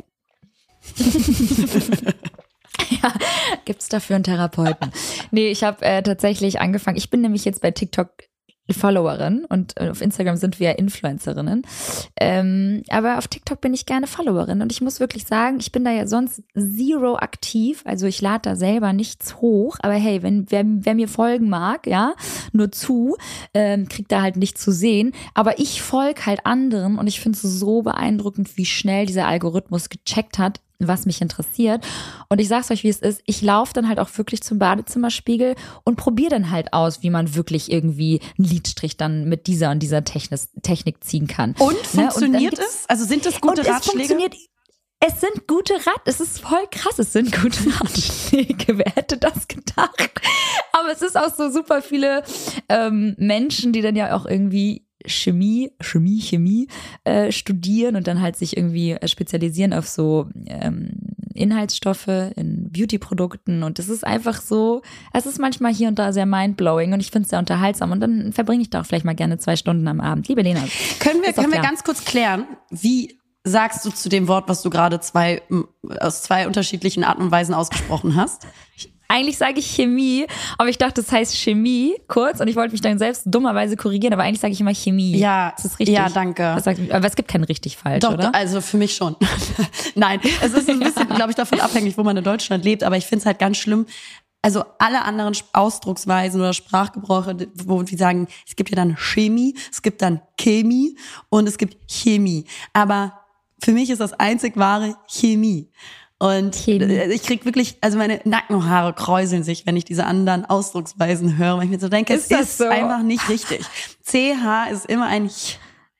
Ja, gibt's dafür einen Therapeuten? Nee, ich habe tatsächlich angefangen. Ich bin nämlich jetzt bei TikTok Followerin und auf Instagram sind wir ja Influencerinnen. Aber auf TikTok bin ich gerne Followerin und ich muss wirklich sagen, ich bin da ja sonst zero aktiv. Also ich lade da selber nichts hoch. Aber hey, wer mir folgen mag, ja, nur zu, kriegt da halt nichts zu sehen. Aber ich folge halt anderen und ich finde es so beeindruckend, wie schnell dieser Algorithmus gecheckt hat, was mich interessiert. Und ich sag's euch, wie es ist. Ich laufe dann halt auch wirklich zum Badezimmerspiegel und probiere dann halt aus, wie man wirklich irgendwie einen Lidstrich dann mit dieser und dieser Technik ziehen kann. Und funktioniert es? Also sind das gute Ratschläge? Es sind gute es ist voll krass, es sind gute Ratschläge. Wer hätte das gedacht? Aber es ist auch so super viele Menschen, die dann ja auch irgendwie Chemie studieren und dann halt sich irgendwie spezialisieren auf so Inhaltsstoffe in Beauty-Produkten und das ist einfach so, es ist manchmal hier und da sehr mindblowing und ich finde es sehr unterhaltsam und dann verbringe ich da auch vielleicht mal gerne 2 Stunden am Abend. Liebe Lena. Können wir ganz kurz klären, wie sagst du zu dem Wort, was du gerade aus 2 unterschiedlichen Arten und Weisen ausgesprochen hast? Eigentlich sage ich Chemie, aber ich dachte, das heißt Chemie, kurz, und ich wollte mich dann selbst dummerweise korrigieren, aber eigentlich sage ich immer Chemie. Ja, das ist richtig. Ja, danke. Aber es gibt kein richtig falsch, doch, oder? Also für mich schon. Nein, es ist ein bisschen, glaube ich, davon abhängig, wo man in Deutschland lebt, aber ich finde es halt ganz schlimm, also alle anderen Ausdrucksweisen oder Sprachgebrauche, wo wir sagen, es gibt ja dann Chemie, es gibt dann Chemie und es gibt Chemie. Aber für mich ist das einzig wahre Chemie. Und ich krieg wirklich, also meine Nackenhaare kräuseln sich, wenn ich diese anderen Ausdrucksweisen höre, weil ich mir so denke, es ist so? Einfach nicht richtig. CH ist immer ein Ch.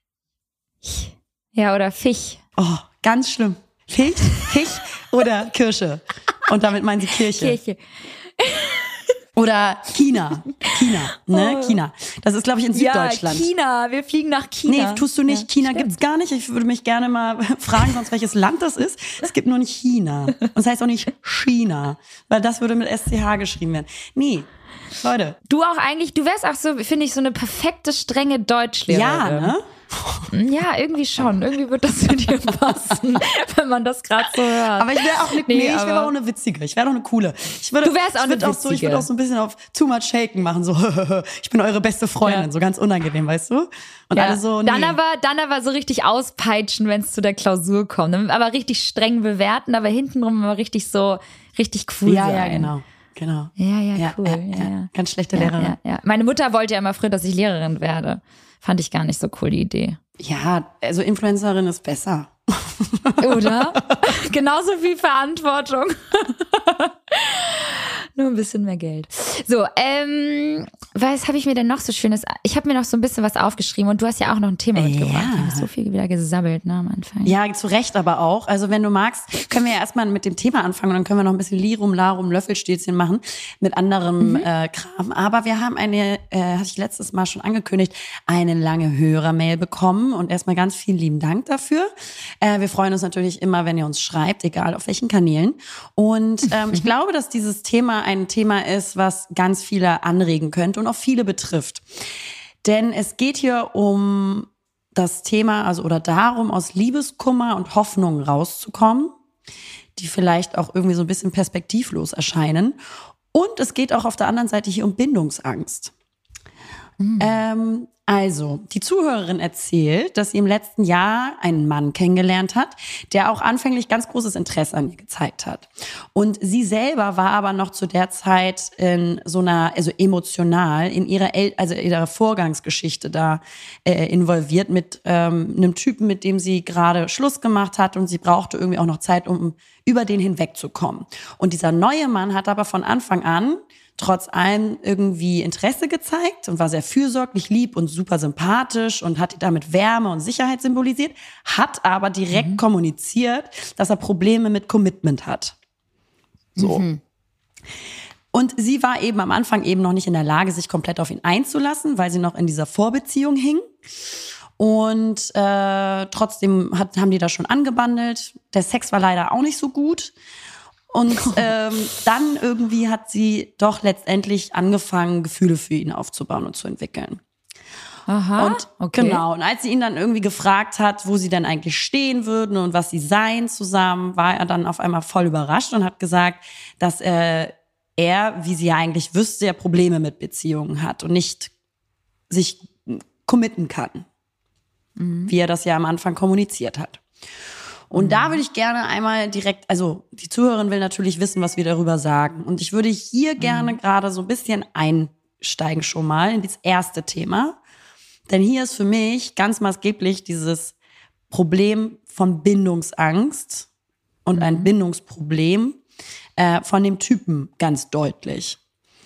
Ja, oder Fisch. Oh, ganz schlimm. Fisch oder Kirsche. Und damit meinen sie Kirche. Oder China, ne? Oh. China. Das ist, glaube ich, in Süddeutschland. Ja, China. Wir fliegen nach China. Nee, tust du nicht. Ja, China stimmt. Gibt's gar nicht. Ich würde mich gerne mal fragen, sonst welches Land das ist. Es gibt nur nicht China. Und es heißt auch nicht China, weil das würde mit SCH geschrieben werden. Nee, Leute. Du wärst auch so, finde ich, so eine perfekte, strenge Deutschlehrerin. Ja, ne? Ja, irgendwie schon. Irgendwie wird das zu dir passen, wenn man das gerade so hört. Aber ich wäre auch ich wäre auch eine witzige. Ich wäre doch eine coole. Du wärst auch eine witzige. Ich würde auch so ein bisschen auf Too Much Shaken machen, so ich bin eure beste Freundin, so ganz unangenehm, weißt du? Und alle so, nee. Dann aber so richtig auspeitschen, wenn es zu der Klausur kommt. Aber richtig streng bewerten, aber hintenrum immer richtig cool sein. Ja, genau. Ja, cool. Ja. Ganz schlechte Lehrerin. Ja. Meine Mutter wollte ja immer früher, dass ich Lehrerin werde. Fand ich gar nicht so cool, die Idee. Ja, also Influencerin ist besser. Oder? Genauso viel Verantwortung. Nur ein bisschen mehr Geld. So, was habe ich mir denn noch so Schönes? Ich habe mir noch so ein bisschen was aufgeschrieben und du hast ja auch noch ein Thema mitgebracht. Wir haben so viel wieder gesammelt, ne, am Anfang. Ja, zu Recht aber auch. Also wenn du magst, können wir ja erstmal mit dem Thema anfangen und dann können wir noch ein bisschen Lirum, Larum, Löffelstäzchen machen mit anderem Kram. Aber wir haben hatte ich letztes Mal schon angekündigt, eine lange Hörermail bekommen und erstmal ganz vielen lieben Dank dafür. Wir freuen uns natürlich immer, wenn ihr uns schreibt, egal auf welchen Kanälen. Und ich glaube, dass dieses Thema ein Thema ist, was ganz viele anregen könnte und auch viele betrifft. Denn es geht hier um das Thema, oder darum, aus Liebeskummer und Hoffnung rauszukommen, die vielleicht auch irgendwie so ein bisschen perspektivlos erscheinen. Und es geht auch auf der anderen Seite hier um Bindungsangst. Also, die Zuhörerin erzählt, dass sie im letzten Jahr einen Mann kennengelernt hat, der auch anfänglich ganz großes Interesse an ihr gezeigt hat. Und sie selber war aber noch zu der Zeit in so einer, emotional in ihrer Vorgangsgeschichte da involviert mit einem Typen, mit dem sie gerade Schluss gemacht hat und sie brauchte irgendwie auch noch Zeit, um über den hinwegzukommen. Und dieser neue Mann hat aber von Anfang an trotz allem irgendwie Interesse gezeigt und war sehr fürsorglich, lieb und super sympathisch und hat damit Wärme und Sicherheit symbolisiert, hat aber direkt kommuniziert, dass er Probleme mit Commitment hat. So. Und sie war eben am Anfang eben noch nicht in der Lage, sich komplett auf ihn einzulassen, weil sie noch in dieser Vorbeziehung hing. Und trotzdem haben die da schon angebandelt. Der Sex war leider auch nicht so gut. Und dann irgendwie hat sie doch letztendlich angefangen, Gefühle für ihn aufzubauen und zu entwickeln. Aha, und okay. Genau. Und als sie ihn dann irgendwie gefragt hat, wo sie denn eigentlich stehen würden und was sie seien zusammen, war er dann auf einmal voll überrascht und hat gesagt, dass er, wie sie ja eigentlich wüsste, ja Probleme mit Beziehungen hat und nicht sich committen kann. Wie er das ja am Anfang kommuniziert hat. Und da würde ich gerne einmal direkt, die Zuhörerin will natürlich wissen, was wir darüber sagen. Und ich würde hier gerne gerade so ein bisschen einsteigen schon mal in das erste Thema. Denn hier ist für mich ganz maßgeblich dieses Problem von Bindungsangst und ein Bindungsproblem von dem Typen ganz deutlich.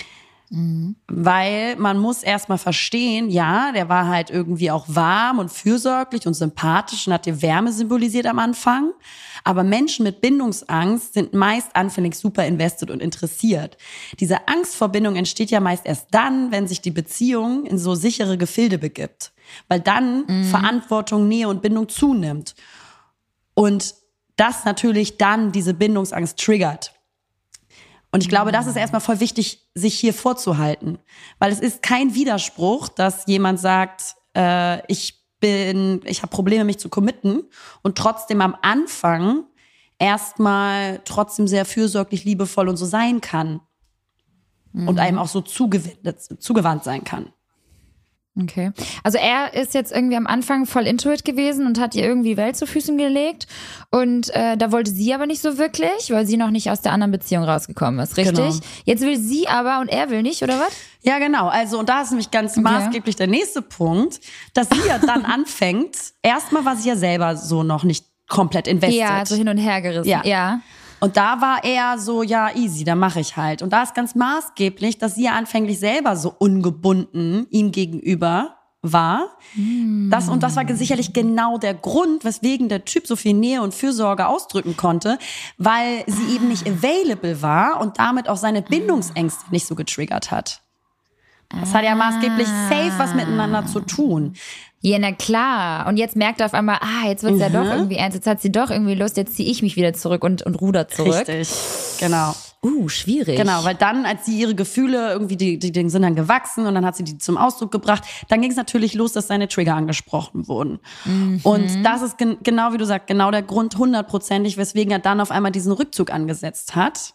Weil man muss erstmal verstehen, ja, der war halt irgendwie auch warm und fürsorglich und sympathisch und hat die Wärme symbolisiert am Anfang. Aber Menschen mit Bindungsangst sind meist anfänglich super invested und interessiert. Diese Angst vor Bindung entsteht ja meist erst dann, wenn sich die Beziehung in so sichere Gefilde begibt. Weil dann Verantwortung, Nähe und Bindung zunimmt. Und das natürlich dann diese Bindungsangst triggert. Und ich glaube, das ist erstmal voll wichtig, sich hier vorzuhalten. Weil es ist kein Widerspruch, dass jemand sagt, ich habe Probleme, mich zu committen und trotzdem am Anfang erstmal trotzdem sehr fürsorglich, liebevoll und so sein kann. Und einem auch so zugewandt sein kann. Okay. Also er ist jetzt irgendwie am Anfang voll into it gewesen und hat ihr irgendwie Welt zu Füßen gelegt und da wollte sie aber nicht so wirklich, weil sie noch nicht aus der anderen Beziehung rausgekommen ist, richtig? Genau. Jetzt will sie aber und er will nicht, oder was? Ja, genau. Also, und da ist nämlich ganz maßgeblich der nächste Punkt, dass sie ja dann anfängt, erstmal war sie ja selber so noch nicht komplett invested. Ja, so hin und her gerissen, ja. Und da war er so, ja, easy, dann mache ich halt. Und da ist ganz maßgeblich, dass sie ja anfänglich selber so ungebunden ihm gegenüber war. Das war sicherlich genau der Grund, weswegen der Typ so viel Nähe und Fürsorge ausdrücken konnte, weil sie eben nicht available war und damit auch seine Bindungsängste nicht so getriggert hat. Das hat ja maßgeblich safe was miteinander zu tun. Ja, na klar. Und jetzt merkt er auf einmal, jetzt wird's ja doch irgendwie ernst, jetzt hat sie doch irgendwie Lust, jetzt ziehe ich mich wieder zurück und ruder zurück. Richtig, genau. Schwierig. Genau, weil dann, als sie ihre Gefühle irgendwie, die sind dann gewachsen und dann hat sie die zum Ausdruck gebracht, dann ging es natürlich los, dass seine Trigger angesprochen wurden. Und das ist genau wie du sagst, genau der Grund 100%ig, weswegen er dann auf einmal diesen Rückzug angesetzt hat.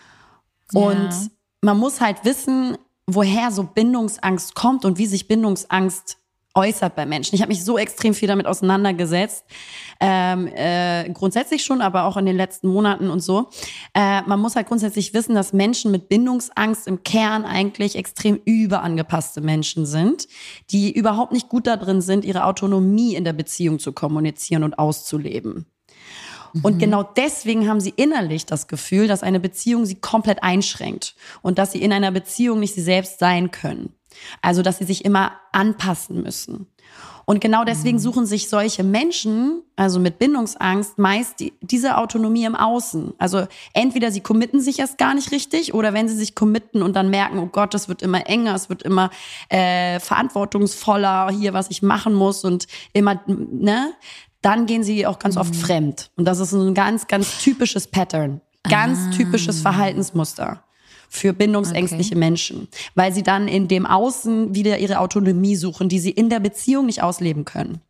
Und man muss halt wissen, woher so Bindungsangst kommt und wie sich Bindungsangst äußert bei Menschen. Ich habe mich so extrem viel damit auseinandergesetzt, grundsätzlich schon, aber auch in den letzten Monaten und so. Man muss halt grundsätzlich wissen, dass Menschen mit Bindungsangst im Kern eigentlich extrem überangepasste Menschen sind, die überhaupt nicht gut darin sind, ihre Autonomie in der Beziehung zu kommunizieren und auszuleben. Und genau deswegen haben sie innerlich das Gefühl, dass eine Beziehung sie komplett einschränkt und dass sie in einer Beziehung nicht sie selbst sein können. Also, dass sie sich immer anpassen müssen. Und genau deswegen suchen sich solche Menschen, also mit Bindungsangst, meist diese Autonomie im Außen. Also entweder sie committen sich erst gar nicht richtig oder wenn sie sich committen und dann merken, oh Gott, es wird immer enger, es wird immer verantwortungsvoller hier, was ich machen muss und immer, ne? Dann gehen sie auch ganz oft fremd. Und das ist ein ganz, ganz typisches Pattern. Ganz typisches Verhaltensmuster für bindungsängstliche Menschen. Weil sie dann in dem Außen wieder ihre Autonomie suchen, die sie in der Beziehung nicht ausleben können.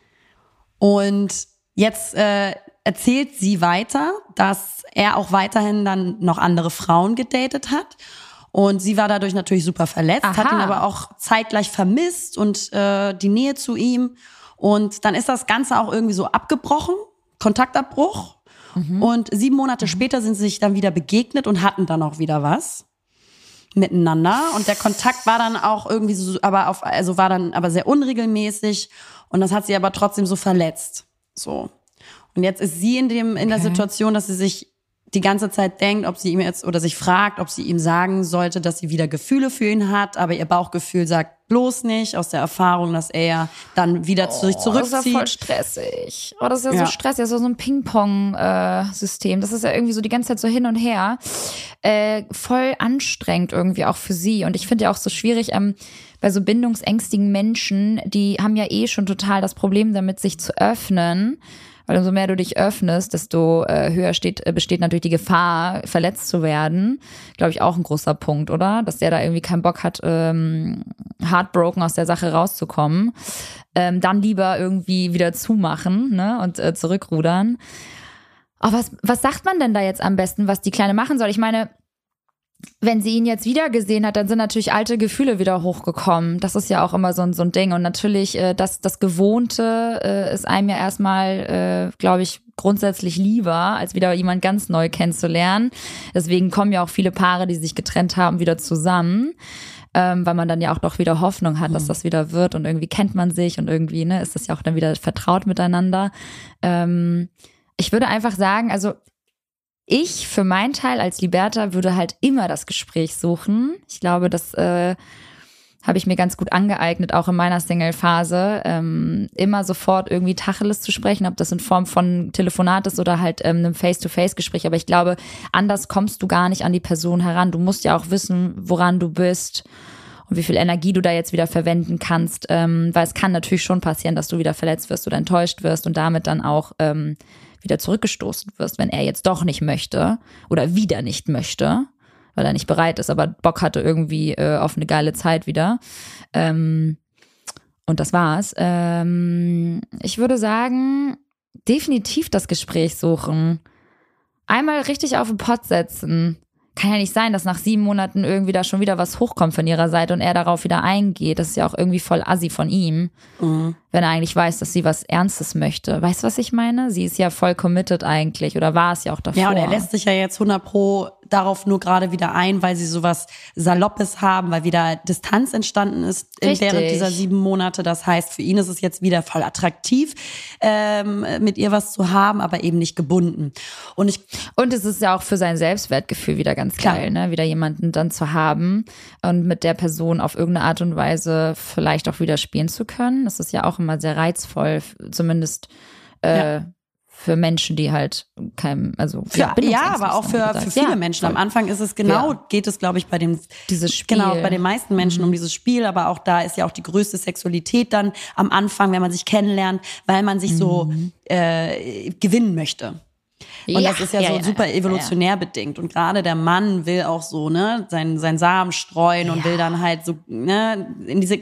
Und jetzt erzählt sie weiter, dass er auch weiterhin dann noch andere Frauen gedatet hat. Und sie war dadurch natürlich super verletzt, hat ihn aber auch zeitgleich vermisst und die Nähe zu ihm. Und dann ist das Ganze auch irgendwie so abgebrochen, Kontaktabbruch. Und 7 Monate später sind sie sich dann wieder begegnet und hatten dann auch wieder was miteinander. Und der Kontakt war dann auch irgendwie so, war dann sehr unregelmäßig. Und das hat sie aber trotzdem so verletzt. So. Und jetzt ist sie in der Situation, dass sie sich die ganze Zeit denkt, ob sie ihm jetzt oder sich fragt, ob sie ihm sagen sollte, dass sie wieder Gefühle für ihn hat, aber ihr Bauchgefühl sagt bloß nicht, aus der Erfahrung, dass er dann wieder sich zurückzieht. Das ist ja voll stressig. Das ist ja so stressig, das ist so ein Ping-Pong-System. Das ist ja irgendwie so die ganze Zeit so hin und her. Voll anstrengend irgendwie auch für sie. Und ich finde ja auch so schwierig, bei so bindungsängstigen Menschen, die haben ja schon total das Problem damit, sich zu öffnen. Weil umso mehr du dich öffnest, desto höher besteht natürlich die Gefahr, verletzt zu werden. Glaube ich auch ein großer Punkt, oder? Dass der da irgendwie keinen Bock hat, heartbroken aus der Sache rauszukommen. Dann lieber irgendwie wieder zumachen, ne? Und zurückrudern. Aber was sagt man denn da jetzt am besten, was die Kleine machen soll? Ich meine, wenn sie ihn jetzt wieder gesehen hat, dann sind natürlich alte Gefühle wieder hochgekommen. Das ist ja auch immer so ein Ding. Und natürlich, das Gewohnte ist einem ja erstmal, glaube ich, grundsätzlich lieber, als wieder jemand ganz neu kennenzulernen. Deswegen kommen ja auch viele Paare, die sich getrennt haben, wieder zusammen. Weil man dann ja auch doch wieder Hoffnung hat, dass das wieder wird. Und irgendwie kennt man sich und irgendwie, ne, ist das ja auch dann wieder vertraut miteinander. Ich würde einfach sagen, also ich für meinen Teil als Liberta würde halt immer das Gespräch suchen. Ich glaube, das habe ich mir ganz gut angeeignet, auch in meiner Single-Phase, immer sofort irgendwie Tacheles zu sprechen, ob das in Form von Telefonat ist oder halt einem Face-to-Face-Gespräch. Aber ich glaube, anders kommst du gar nicht an die Person heran. Du musst ja auch wissen, woran du bist und wie viel Energie du da jetzt wieder verwenden kannst. Weil es kann natürlich schon passieren, dass du wieder verletzt wirst oder enttäuscht wirst und damit dann auch wieder zurückgestoßen wirst, wenn er jetzt doch nicht möchte oder wieder nicht möchte, weil er nicht bereit ist, aber Bock hatte irgendwie auf eine geile Zeit wieder. Und das war's. Ich würde sagen, definitiv das Gespräch suchen. Einmal richtig auf den Pott setzen. kann ja nicht sein, dass nach 7 Monaten irgendwie da schon wieder was hochkommt von ihrer Seite und er darauf wieder eingeht. Das ist ja auch irgendwie voll assi von ihm, wenn er eigentlich weiß, dass sie was Ernstes möchte. Weißt du, was ich meine? Sie ist ja voll committed eigentlich oder war es ja auch davor. Ja, und er lässt sich ja jetzt 100% darauf nur gerade wieder ein, weil sie sowas Saloppes haben, weil wieder Distanz entstanden ist während dieser 7 Monate. Das heißt, für ihn ist es jetzt wieder voll attraktiv, mit ihr was zu haben, aber eben nicht gebunden. Und es ist ja auch für sein Selbstwertgefühl wieder ganz geil, ne? Wieder jemanden dann zu haben und mit der Person auf irgendeine Art und Weise vielleicht auch wieder spielen zu können. Das ist ja auch immer sehr reizvoll, zumindest für Menschen, die halt aber auch für viele Menschen. Am Anfang ist es geht es, glaube ich, bei den meisten Menschen um dieses Spiel, aber auch da ist ja auch die größte Sexualität dann am Anfang, wenn man sich kennenlernt, weil man sich so gewinnen möchte. Und das ist ja so super evolutionär bedingt. Und gerade der Mann will auch so, ne, sein Samen streuen und will dann halt so, ne, in diese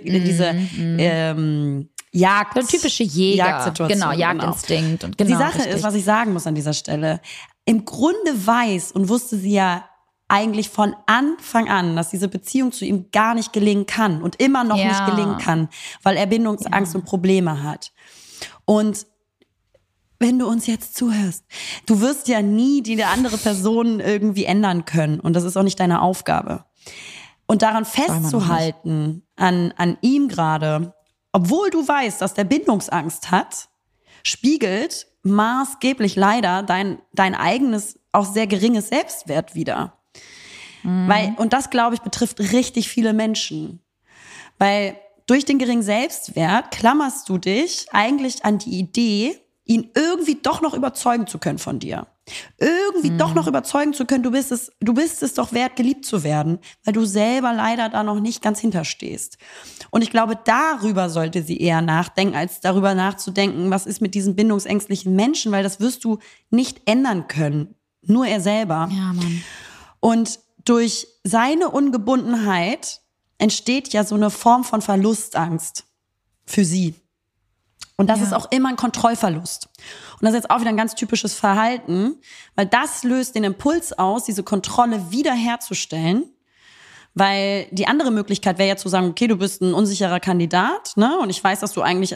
der typische Jagdsituation. Genau, Jagdinstinkt. Und genau, die Sache ist, was ich sagen muss an dieser Stelle, im Grunde weiß und wusste sie ja eigentlich von Anfang an, dass diese Beziehung zu ihm gar nicht gelingen kann und immer noch nicht gelingen kann, weil er Bindungsangst und Probleme hat. Und wenn du uns jetzt zuhörst, du wirst ja nie die andere Person irgendwie ändern können und das ist auch nicht deine Aufgabe. Und daran festzuhalten, an ihm gerade, obwohl du weißt, dass der Bindungsangst hat, spiegelt maßgeblich leider dein eigenes, auch sehr geringes Selbstwert wider. Und das, glaube ich, betrifft richtig viele Menschen. Weil durch den geringen Selbstwert klammerst du dich eigentlich an die Idee, ihn irgendwie doch noch überzeugen zu können von dir. Irgendwie doch noch überzeugen zu können, du bist es doch wert, geliebt zu werden, weil du selber leider da noch nicht ganz hinterstehst. Und ich glaube, darüber sollte sie eher nachdenken, als darüber nachzudenken, was ist mit diesen bindungsängstlichen Menschen, weil das wirst du nicht ändern können. Nur er selber. Ja, Mann. Und durch seine Ungebundenheit entsteht ja so eine Form von Verlustangst für sie. Und das ist auch immer ein Kontrollverlust. Und das ist jetzt auch wieder ein ganz typisches Verhalten, weil das löst den Impuls aus, diese Kontrolle wiederherzustellen. Weil die andere Möglichkeit wäre ja zu sagen, okay, du bist ein unsicherer Kandidat, ne? Und ich weiß, dass du eigentlich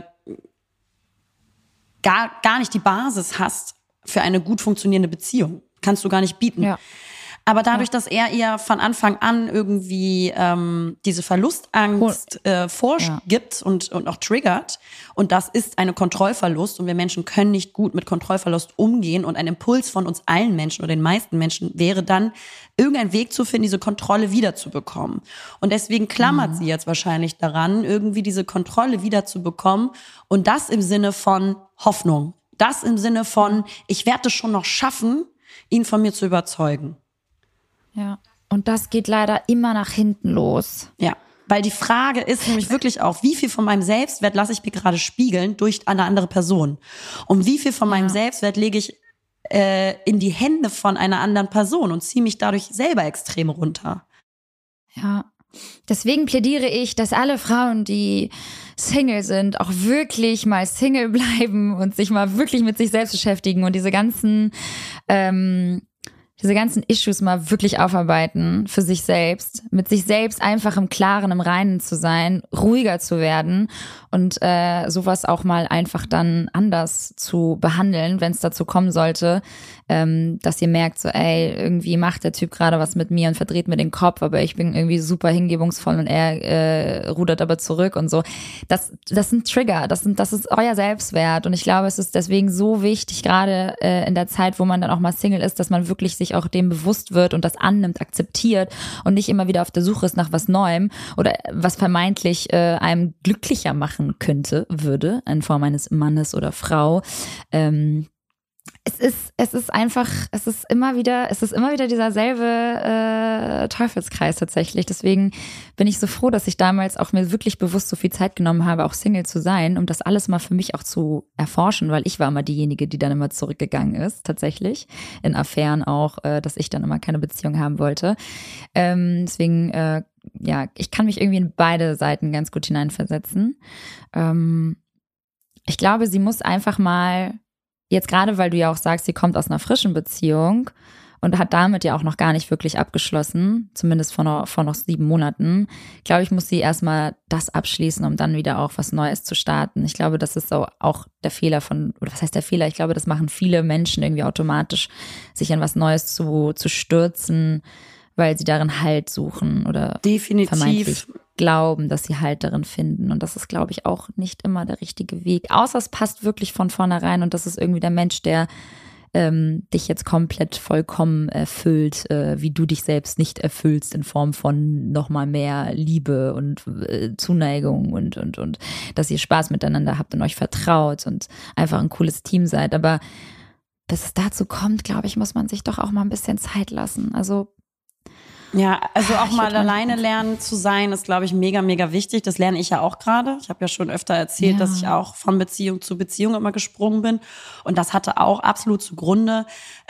gar nicht die Basis hast für eine gut funktionierende Beziehung. Kannst du gar nicht bieten. Ja. Aber dadurch, dass er ihr von Anfang an irgendwie diese Verlustangst vorgibt und auch triggert, und das ist eine Kontrollverlust und wir Menschen können nicht gut mit Kontrollverlust umgehen und ein Impuls von uns allen Menschen oder den meisten Menschen wäre dann, irgendeinen Weg zu finden, diese Kontrolle wiederzubekommen. Und deswegen klammert sie jetzt wahrscheinlich daran, irgendwie diese Kontrolle wiederzubekommen und das im Sinne von Hoffnung. Das im Sinne von, ich werde es schon noch schaffen, ihn von mir zu überzeugen. Ja, und das geht leider immer nach hinten los. Ja, weil die Frage ist nämlich wirklich auch, wie viel von meinem Selbstwert lasse ich mir gerade spiegeln durch eine andere Person? Und wie viel von meinem Selbstwert lege ich in die Hände von einer anderen Person und ziehe mich dadurch selber extrem runter? Ja, deswegen plädiere ich, dass alle Frauen, die Single sind, auch wirklich mal Single bleiben und sich mal wirklich mit sich selbst beschäftigen und diese ganzen Issues mal wirklich aufarbeiten für sich selbst, mit sich selbst einfach im Klaren, im Reinen zu sein, ruhiger zu werden und sowas auch mal einfach dann anders zu behandeln, wenn es dazu kommen sollte, dass ihr merkt, so irgendwie macht der Typ gerade was mit mir und verdreht mir den Kopf, aber ich bin irgendwie super hingebungsvoll und er rudert aber zurück und so. Das sind Trigger, das ist euer Selbstwert und ich glaube, es ist deswegen so wichtig, gerade in der Zeit, wo man dann auch mal Single ist, dass man wirklich sich auch dem bewusst wird und das annimmt, akzeptiert und nicht immer wieder auf der Suche ist nach was Neuem oder was vermeintlich einem glücklicher machen würde, in Form eines Mannes oder Frau. Es ist immer wieder dieser selbe Teufelskreis tatsächlich. Deswegen bin ich so froh, dass ich damals auch mir wirklich bewusst so viel Zeit genommen habe, auch Single zu sein, um das alles mal für mich auch zu erforschen, weil ich war immer diejenige, die dann immer zurückgegangen ist, tatsächlich. In Affären auch, dass ich dann immer keine Beziehung haben wollte. Deswegen, ich kann mich irgendwie in beide Seiten ganz gut hineinversetzen. Ich glaube, sie muss einfach mal, jetzt gerade, weil du ja auch sagst, sie kommt aus einer frischen Beziehung und hat damit ja auch noch gar nicht wirklich abgeschlossen, zumindest vor noch 7 Monaten. Ich glaube, ich muss sie erstmal das abschließen, um dann wieder auch was Neues zu starten. Ich glaube, das ist so auch der Fehler oder was heißt der Fehler? Ich glaube, das machen viele Menschen irgendwie automatisch, sich in was Neues zu stürzen, weil sie darin Halt suchen oder vermeintlich glauben, dass sie Halt darin finden. Und das ist, glaube ich, auch nicht immer der richtige Weg. Außer es passt wirklich von vornherein und das ist irgendwie der Mensch, der dich jetzt komplett vollkommen erfüllt, wie du dich selbst nicht erfüllst, in Form von nochmal mehr Liebe und Zuneigung und dass ihr Spaß miteinander habt und euch vertraut und einfach ein cooles Team seid. Aber bis es dazu kommt, glaube ich, muss man sich doch auch mal ein bisschen Zeit lassen. Also ja, also auch mal alleine lernen zu sein, ist, glaube ich, mega, mega wichtig. Das lerne ich ja auch gerade. Ich habe ja schon öfter erzählt, dass ich auch von Beziehung zu Beziehung immer gesprungen bin. Und das hatte auch absolut zugrunde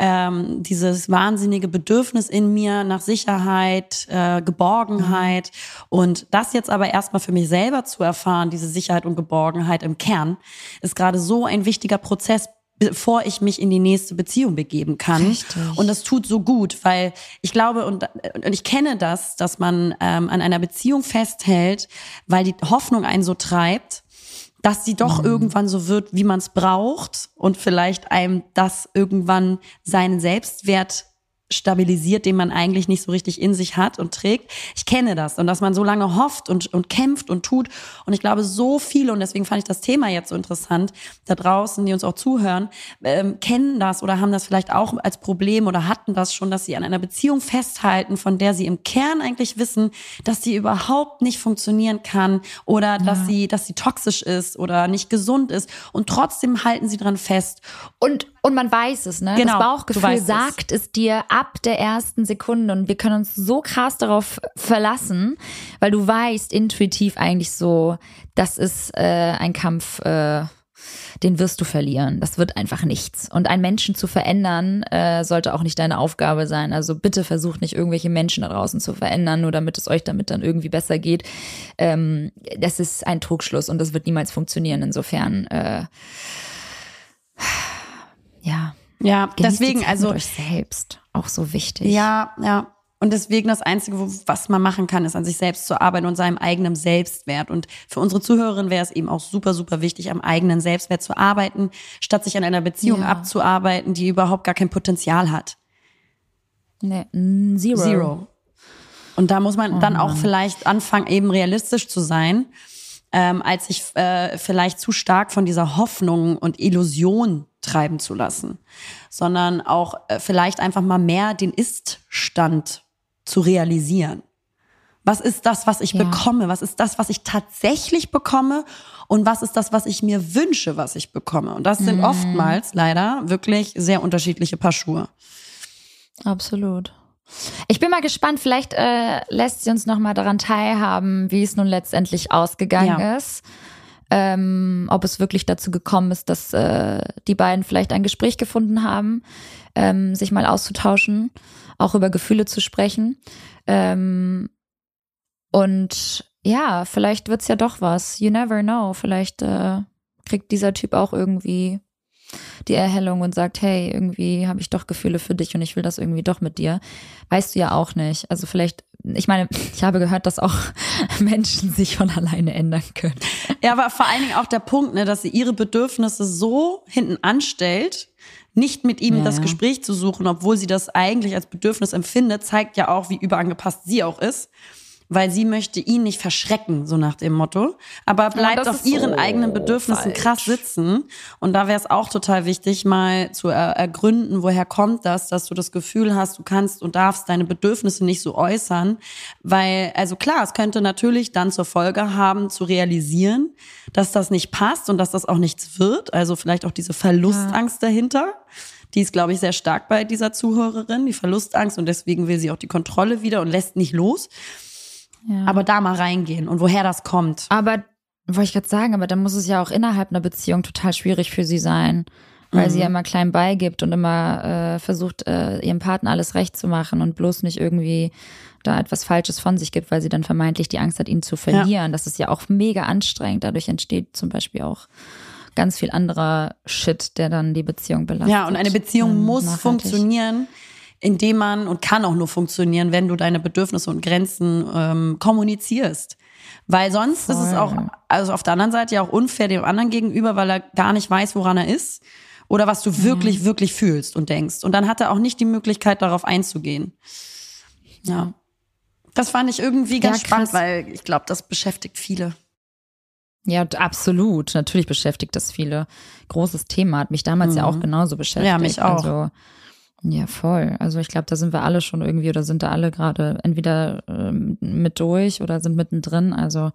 dieses wahnsinnige Bedürfnis in mir nach Sicherheit, Geborgenheit. Und das jetzt aber erstmal für mich selber zu erfahren, diese Sicherheit und Geborgenheit im Kern, ist gerade so ein wichtiger Prozess, bevor ich mich in die nächste Beziehung begeben kann. Richtig. Und das tut so gut, weil ich glaube und ich kenne das, dass man an einer Beziehung festhält, weil die Hoffnung einen so treibt, dass sie doch irgendwann so wird, wie man es braucht und vielleicht einem das irgendwann seinen Selbstwert stabilisiert, den man eigentlich nicht so richtig in sich hat und trägt. Ich kenne das und dass man so lange hofft und kämpft und tut und ich glaube so viele und deswegen fand ich das Thema jetzt so interessant, da draußen, die uns auch zuhören, kennen das oder haben das vielleicht auch als Problem oder hatten das schon, dass sie an einer Beziehung festhalten, von der sie im Kern eigentlich wissen, dass sie überhaupt nicht funktionieren kann oder dass sie toxisch ist oder nicht gesund ist und trotzdem halten sie dran fest. Und man weiß es, ne? Genau, das Bauchgefühl sagt es dir ab der ersten Sekunde und wir können uns so krass darauf verlassen, weil du weißt intuitiv eigentlich so, das ist ein Kampf, den wirst du verlieren. Das wird einfach nichts. Und einen Menschen zu verändern, sollte auch nicht deine Aufgabe sein. Also bitte versucht nicht irgendwelche Menschen da draußen zu verändern, nur damit es euch damit dann irgendwie besser geht. Das ist ein Trugschluss und das wird niemals funktionieren. Insofern ja, deswegen, also euch selbst auch so wichtig. Ja. Und deswegen das Einzige, was man machen kann, ist an sich selbst zu arbeiten und seinem eigenen Selbstwert. Und für unsere Zuhörerin wäre es eben auch super, super wichtig, am eigenen Selbstwert zu arbeiten, statt sich an einer Beziehung abzuarbeiten, die überhaupt gar kein Potenzial hat. Nee, Zero. Und da muss man dann auch vielleicht anfangen, eben realistisch zu sein, als sich vielleicht zu stark von dieser Hoffnung und Illusion treiben zu lassen, sondern auch vielleicht einfach mal mehr den Ist-Stand zu realisieren. Was ist das, was ich bekomme? Was ist das, was ich tatsächlich bekomme? Und was ist das, was ich mir wünsche, was ich bekomme? Und das sind oftmals leider wirklich sehr unterschiedliche Paar Schuhe. Absolut. Ich bin mal gespannt, vielleicht lässt sie uns noch mal daran teilhaben, wie es nun letztendlich ausgegangen ist. Ob es wirklich dazu gekommen ist, dass die beiden vielleicht ein Gespräch gefunden haben, sich mal auszutauschen, auch über Gefühle zu sprechen. Und ja, vielleicht wird's ja doch was. You never know. Vielleicht kriegt dieser Typ auch irgendwie die Erhellung und sagt, hey, irgendwie habe ich doch Gefühle für dich und ich will das irgendwie doch mit dir. Weißt du ja auch nicht. Also vielleicht, ich meine, ich habe gehört, dass auch Menschen sich von alleine ändern können. Ja, aber vor allen Dingen auch der Punkt, ne, dass sie ihre Bedürfnisse so hinten anstellt, nicht mit ihm das Gespräch zu suchen, obwohl sie das eigentlich als Bedürfnis empfindet, zeigt ja auch, wie überangepasst sie auch ist. Weil sie möchte ihn nicht verschrecken, so nach dem Motto, aber bleibt auf ihren eigenen Bedürfnissen krass sitzen. Und da wäre es auch total wichtig, mal zu ergründen, woher kommt das, dass du das Gefühl hast, du kannst und darfst deine Bedürfnisse nicht so äußern. Weil, also klar, es könnte natürlich dann zur Folge haben, zu realisieren, dass das nicht passt und dass das auch nichts wird. Also vielleicht auch diese Verlustangst dahinter. Die ist, glaube ich, sehr stark bei dieser Zuhörerin, die Verlustangst. Und deswegen will sie auch die Kontrolle wieder und lässt nicht los. Ja. Aber da mal reingehen und woher das kommt. Aber, wollte ich gerade sagen, aber dann muss es ja auch innerhalb einer Beziehung total schwierig für sie sein, weil sie ja immer klein beigibt und immer versucht, ihrem Partner alles recht zu machen und bloß nicht irgendwie da etwas Falsches von sich gibt, weil sie dann vermeintlich die Angst hat, ihn zu verlieren. Ja. Das ist ja auch mega anstrengend. Dadurch entsteht zum Beispiel auch ganz viel anderer Shit, der dann die Beziehung belastet. Ja, und eine Beziehung muss funktionieren, indem man und kann auch nur funktionieren, wenn du deine Bedürfnisse und Grenzen kommunizierst. Weil sonst ist es auch, also auf der anderen Seite ja auch unfair dem anderen gegenüber, weil er gar nicht weiß, woran er ist oder was du wirklich, wirklich fühlst und denkst. Und dann hat er auch nicht die Möglichkeit, darauf einzugehen. Ja. Das fand ich irgendwie ganz spannend, weil ich glaube, das beschäftigt viele. Ja, absolut. Natürlich beschäftigt das viele. Großes Thema. Hat mich damals ja auch genauso beschäftigt. Ja, mich auch. Also, ja, voll. Also ich glaube, da sind wir alle schon irgendwie oder sind da alle gerade entweder mit durch oder sind mittendrin. Also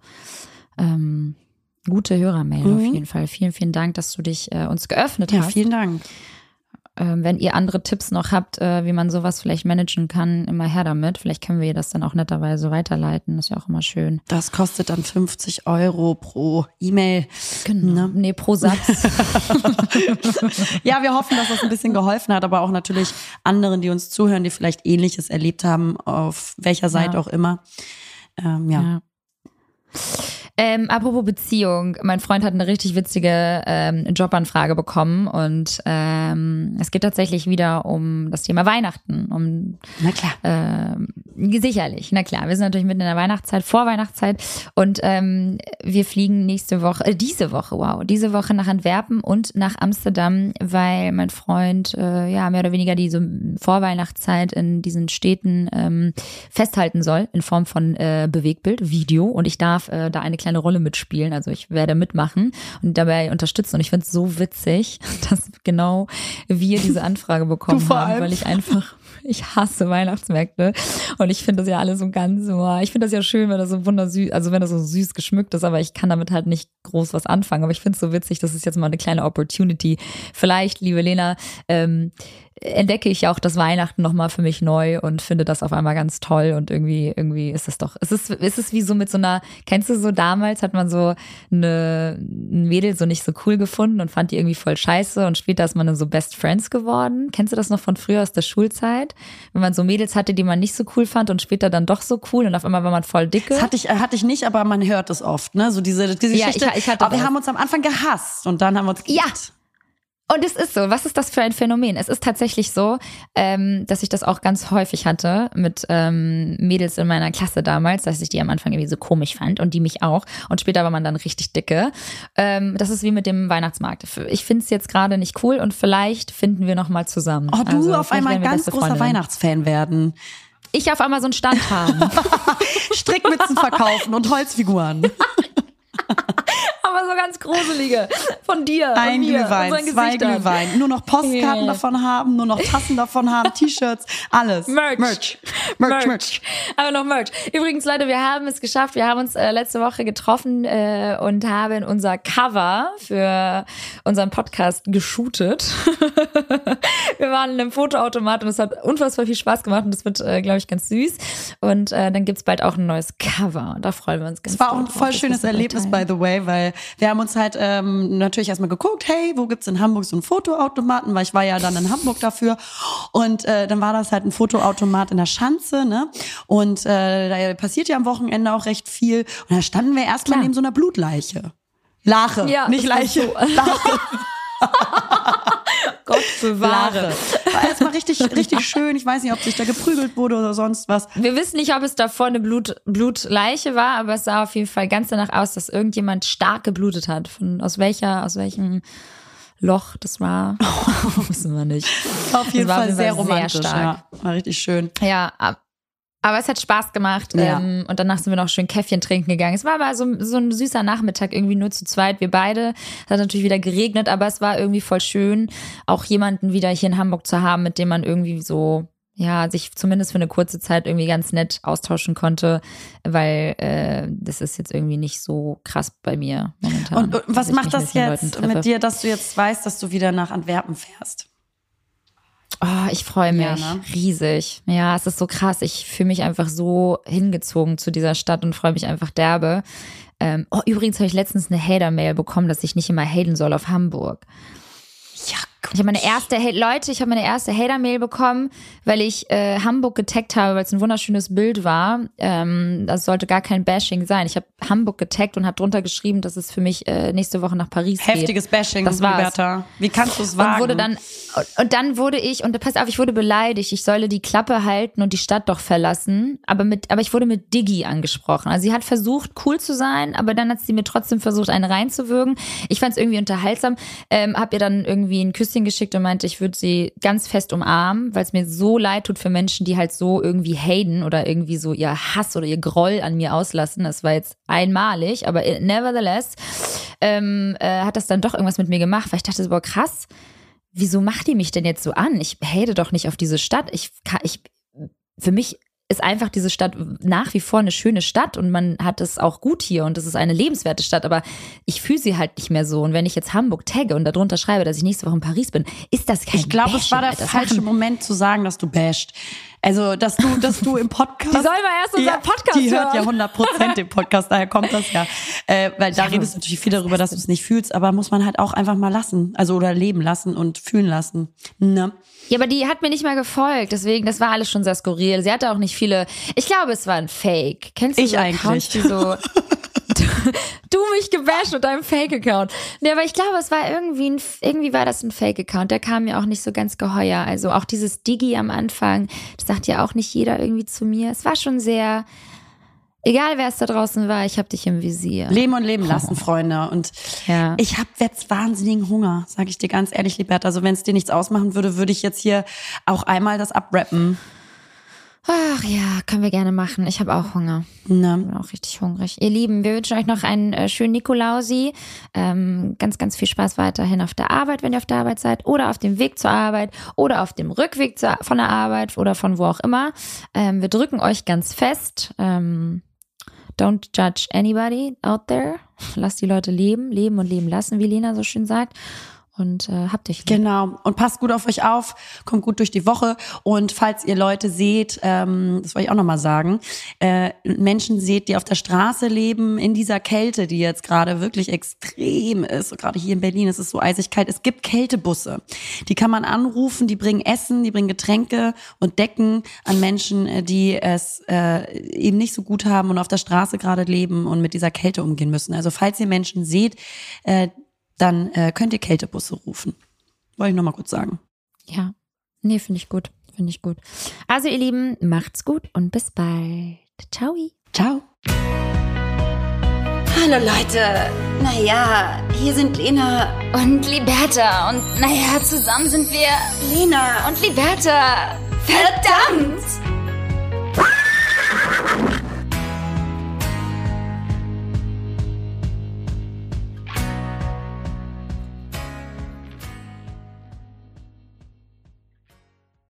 gute Hörermail auf jeden Fall. Vielen, vielen Dank, dass du dich uns geöffnet hast. Ja, vielen Dank. Wenn ihr andere Tipps noch habt, wie man sowas vielleicht managen kann, immer her damit. Vielleicht können wir das dann auch netterweise weiterleiten. Das ist ja auch immer schön. Das kostet dann 50 € pro E-Mail. Genau. Ne? Nee, pro Satz. Ja, wir hoffen, dass das ein bisschen geholfen hat, aber auch natürlich anderen, die uns zuhören, die vielleicht Ähnliches erlebt haben, auf welcher Seite auch immer. Ja. Apropos Beziehung, mein Freund hat eine richtig witzige Jobanfrage bekommen und es geht tatsächlich wieder um das Thema Weihnachten. Na klar. Sicherlich, na klar. Wir sind natürlich mitten in der Weihnachtszeit, Vorweihnachtszeit und wir fliegen diese Woche nach Antwerpen und nach Amsterdam, weil mein Freund mehr oder weniger diese Vorweihnachtszeit in diesen Städten festhalten soll in Form von Bewegtbild, Video und ich darf da eine kleine Rolle mitspielen, also ich werde mitmachen und dabei unterstützen und ich finde es so witzig, dass genau wir diese Anfrage bekommen haben, weil ich hasse Weihnachtsmärkte und ich finde das ja alles so ganz so, ich finde das ja schön, wenn das so wundersüß, also wenn das so süß geschmückt ist, aber ich kann damit halt nicht groß was anfangen, aber ich finde es so witzig, das ist jetzt mal eine kleine Opportunity. Vielleicht, liebe Lena, entdecke ich auch das Weihnachten nochmal für mich neu und finde das auf einmal ganz toll und irgendwie ist es doch, es ist wie so mit so einer, kennst du so damals hat man so ein Mädel so nicht so cool gefunden und fand die irgendwie voll scheiße und später ist man dann so Best Friends geworden. Kennst du das noch von früher aus der Schulzeit? Wenn man so Mädels hatte, die man nicht so cool fand und später dann doch so cool und auf einmal war man voll dicke. Das hatte ich nicht, aber man hört es oft, ne? So diese Geschichte. Ja, ich hatte aber wir haben uns am Anfang gehasst und dann haben wir uns geliebt. Ja. Und es ist so, was ist das für ein Phänomen? Es ist tatsächlich so, dass ich das auch ganz häufig hatte mit Mädels in meiner Klasse damals, dass ich die am Anfang irgendwie so komisch fand und die mich auch. Und später war man dann richtig dicke. Das ist wie mit dem Weihnachtsmarkt. Ich finde es jetzt gerade nicht cool und vielleicht finden wir nochmal zusammen. Oh, du also, auf einmal ein ganz großer Weihnachtsfan werden. Ich auf einmal so einen Stand haben. Strickmützen verkaufen und Holzfiguren. Aber so ganz gruselige. Von dir. Ein Glühwein, 2 Glühwein. Nur noch Postkarten davon haben, nur noch Tassen davon haben, T-Shirts, alles. Merch. Aber noch Merch. Übrigens, Leute, wir haben es geschafft. Wir haben uns letzte Woche getroffen und haben unser Cover für unseren Podcast geshootet. Wir waren in einem Fotoautomat und es hat unfassbar viel Spaß gemacht und das wird, glaube ich, ganz süß. Und dann gibt's bald auch ein neues Cover. Da freuen wir uns ganz. Es war auch ein voll schönes Erlebnis, by the way, weil wir haben uns halt natürlich erstmal geguckt, hey, wo gibt's in Hamburg so einen Fotoautomaten, weil ich war ja dann in Hamburg dafür und dann war das halt ein Fotoautomat in der Schanze, ne? Und da passiert ja am Wochenende auch recht viel und da standen wir erstmal neben so einer Blutleiche. Lache, ja, nicht Leiche, so. Lache. Gott bewahre. War erstmal richtig schön. Ich weiß nicht, ob sich da geprügelt wurde oder sonst was. Wir wissen nicht, ob es davor eine Blutleiche war, aber es sah auf jeden Fall ganz danach aus, dass irgendjemand stark geblutet hat. Aus welchem Loch das war, wissen wir nicht. Auf jeden Fall sehr romantisch. Sehr stark. Ja, war richtig schön. Ja, aber es hat Spaß gemacht und danach sind wir noch schön Käffchen trinken gegangen. Es war aber so ein süßer Nachmittag, irgendwie nur zu zweit, wir beide. Es hat natürlich wieder geregnet, aber es war irgendwie voll schön, auch jemanden wieder hier in Hamburg zu haben, mit dem man irgendwie so, ja, sich zumindest für eine kurze Zeit irgendwie ganz nett austauschen konnte, weil das ist jetzt irgendwie nicht so krass bei mir momentan. Und was macht das jetzt mit dir, dass du jetzt weißt, dass du wieder nach Antwerpen fährst? Oh, ich freue mich riesig. Ja, es ist so krass. Ich fühle mich einfach so hingezogen zu dieser Stadt und freue mich einfach derbe. Übrigens habe ich letztens eine Hater-Mail bekommen, dass ich nicht immer haten soll auf Hamburg. Ja, Ich habe meine erste Hater-Mail bekommen, weil ich Hamburg getaggt habe, weil es ein wunderschönes Bild war. Das sollte gar kein Bashing sein. Ich habe Hamburg getaggt und habe drunter geschrieben, dass es für mich nächste Woche nach Paris geht. Heftiges Bashing, das war's. Liberta. Wie kannst du es wagen? Dann wurde ich, und pass auf, ich wurde beleidigt. Ich solle die Klappe halten und die Stadt doch verlassen. Aber ich wurde mit Diggi angesprochen. Also sie hat versucht, cool zu sein, aber dann hat sie mir trotzdem versucht, einen reinzuwürgen. Ich fand es irgendwie unterhaltsam. Hab ihr dann irgendwie ein Küsschen geschickt und meinte, ich würde sie ganz fest umarmen, weil es mir so leid tut für Menschen, die halt so irgendwie haten oder irgendwie so ihr Hass oder ihr Groll an mir auslassen. Das war jetzt einmalig, aber nevertheless hat das dann doch irgendwas mit mir gemacht, weil ich dachte, boah, krass, wieso macht die mich denn jetzt so an? Ich hate doch nicht auf diese Stadt. Für mich ist einfach diese Stadt nach wie vor eine schöne Stadt und man hat es auch gut hier und es ist eine lebenswerte Stadt, aber ich fühle sie halt nicht mehr so. Und wenn ich jetzt Hamburg tagge und darunter schreibe, dass ich nächste Woche in Paris bin, ist das kein Ich glaube, es war der falsche Moment zu sagen, dass du basht. Also, dass du im Podcast... Die soll mal erst unseren Podcast hören. Die hört ja 100% den Podcast, daher kommt das ja. Weil da redest du natürlich viel darüber, dass du es nicht fühlst, aber muss man halt auch einfach mal lassen. Also, oder leben lassen und fühlen lassen. Ne? Ja, aber die hat mir nicht mal gefolgt, deswegen, das war alles schon sehr skurril. Sie hatte auch nicht viele... Ich glaube, es war ein Fake. Kennst du ich so eigentlich. Die so... Du mich gebasht mit deinem Fake-Account. Nee, aber ich glaube, es war irgendwie war das ein Fake-Account. Der kam mir auch nicht so ganz geheuer. Also auch dieses Diggi am Anfang, das sagt ja auch nicht jeder irgendwie zu mir. Es war schon sehr, egal wer es da draußen war, ich hab dich im Visier. Leben und leben lassen, Freunde. Und ja. Ich habe jetzt wahnsinnigen Hunger, sage ich dir ganz ehrlich, Liberta. Also wenn es dir nichts ausmachen würde, würde ich jetzt hier auch einmal das abrappen. Ach ja, können wir gerne machen. Ich habe auch Hunger. Na. Ich bin auch richtig hungrig. Ihr Lieben, wir wünschen euch noch einen schönen Nikolausi. Ganz, ganz viel Spaß weiterhin auf der Arbeit, wenn ihr auf der Arbeit seid. Oder auf dem Weg zur Arbeit. Oder auf dem Rückweg von der Arbeit. Oder von wo auch immer. Wir drücken euch ganz fest. Don't judge anybody out there. Lasst die Leute leben und leben lassen, wie Lena so schön sagt. Und habt euch lieb. Genau. Und passt gut auf euch auf, kommt gut durch die Woche. Und falls ihr Leute seht, das wollte ich auch nochmal sagen, Menschen seht, die auf der Straße leben, in dieser Kälte, die jetzt gerade wirklich extrem ist, gerade hier in Berlin ist es so eisig kalt, es gibt Kältebusse. Die kann man anrufen, die bringen Essen, die bringen Getränke und Decken an Menschen, die es eben nicht so gut haben und auf der Straße gerade leben und mit dieser Kälte umgehen müssen. Also falls ihr Menschen seht, dann könnt ihr Kältebusse rufen. Wollte ich nochmal kurz sagen. Ja, nee, finde ich gut. Also ihr Lieben, macht's gut und bis bald. Ciao. Ciao. Hallo Leute, naja, hier sind Lena und Liberta und naja, zusammen sind wir Lena und Liberta. Verdammt!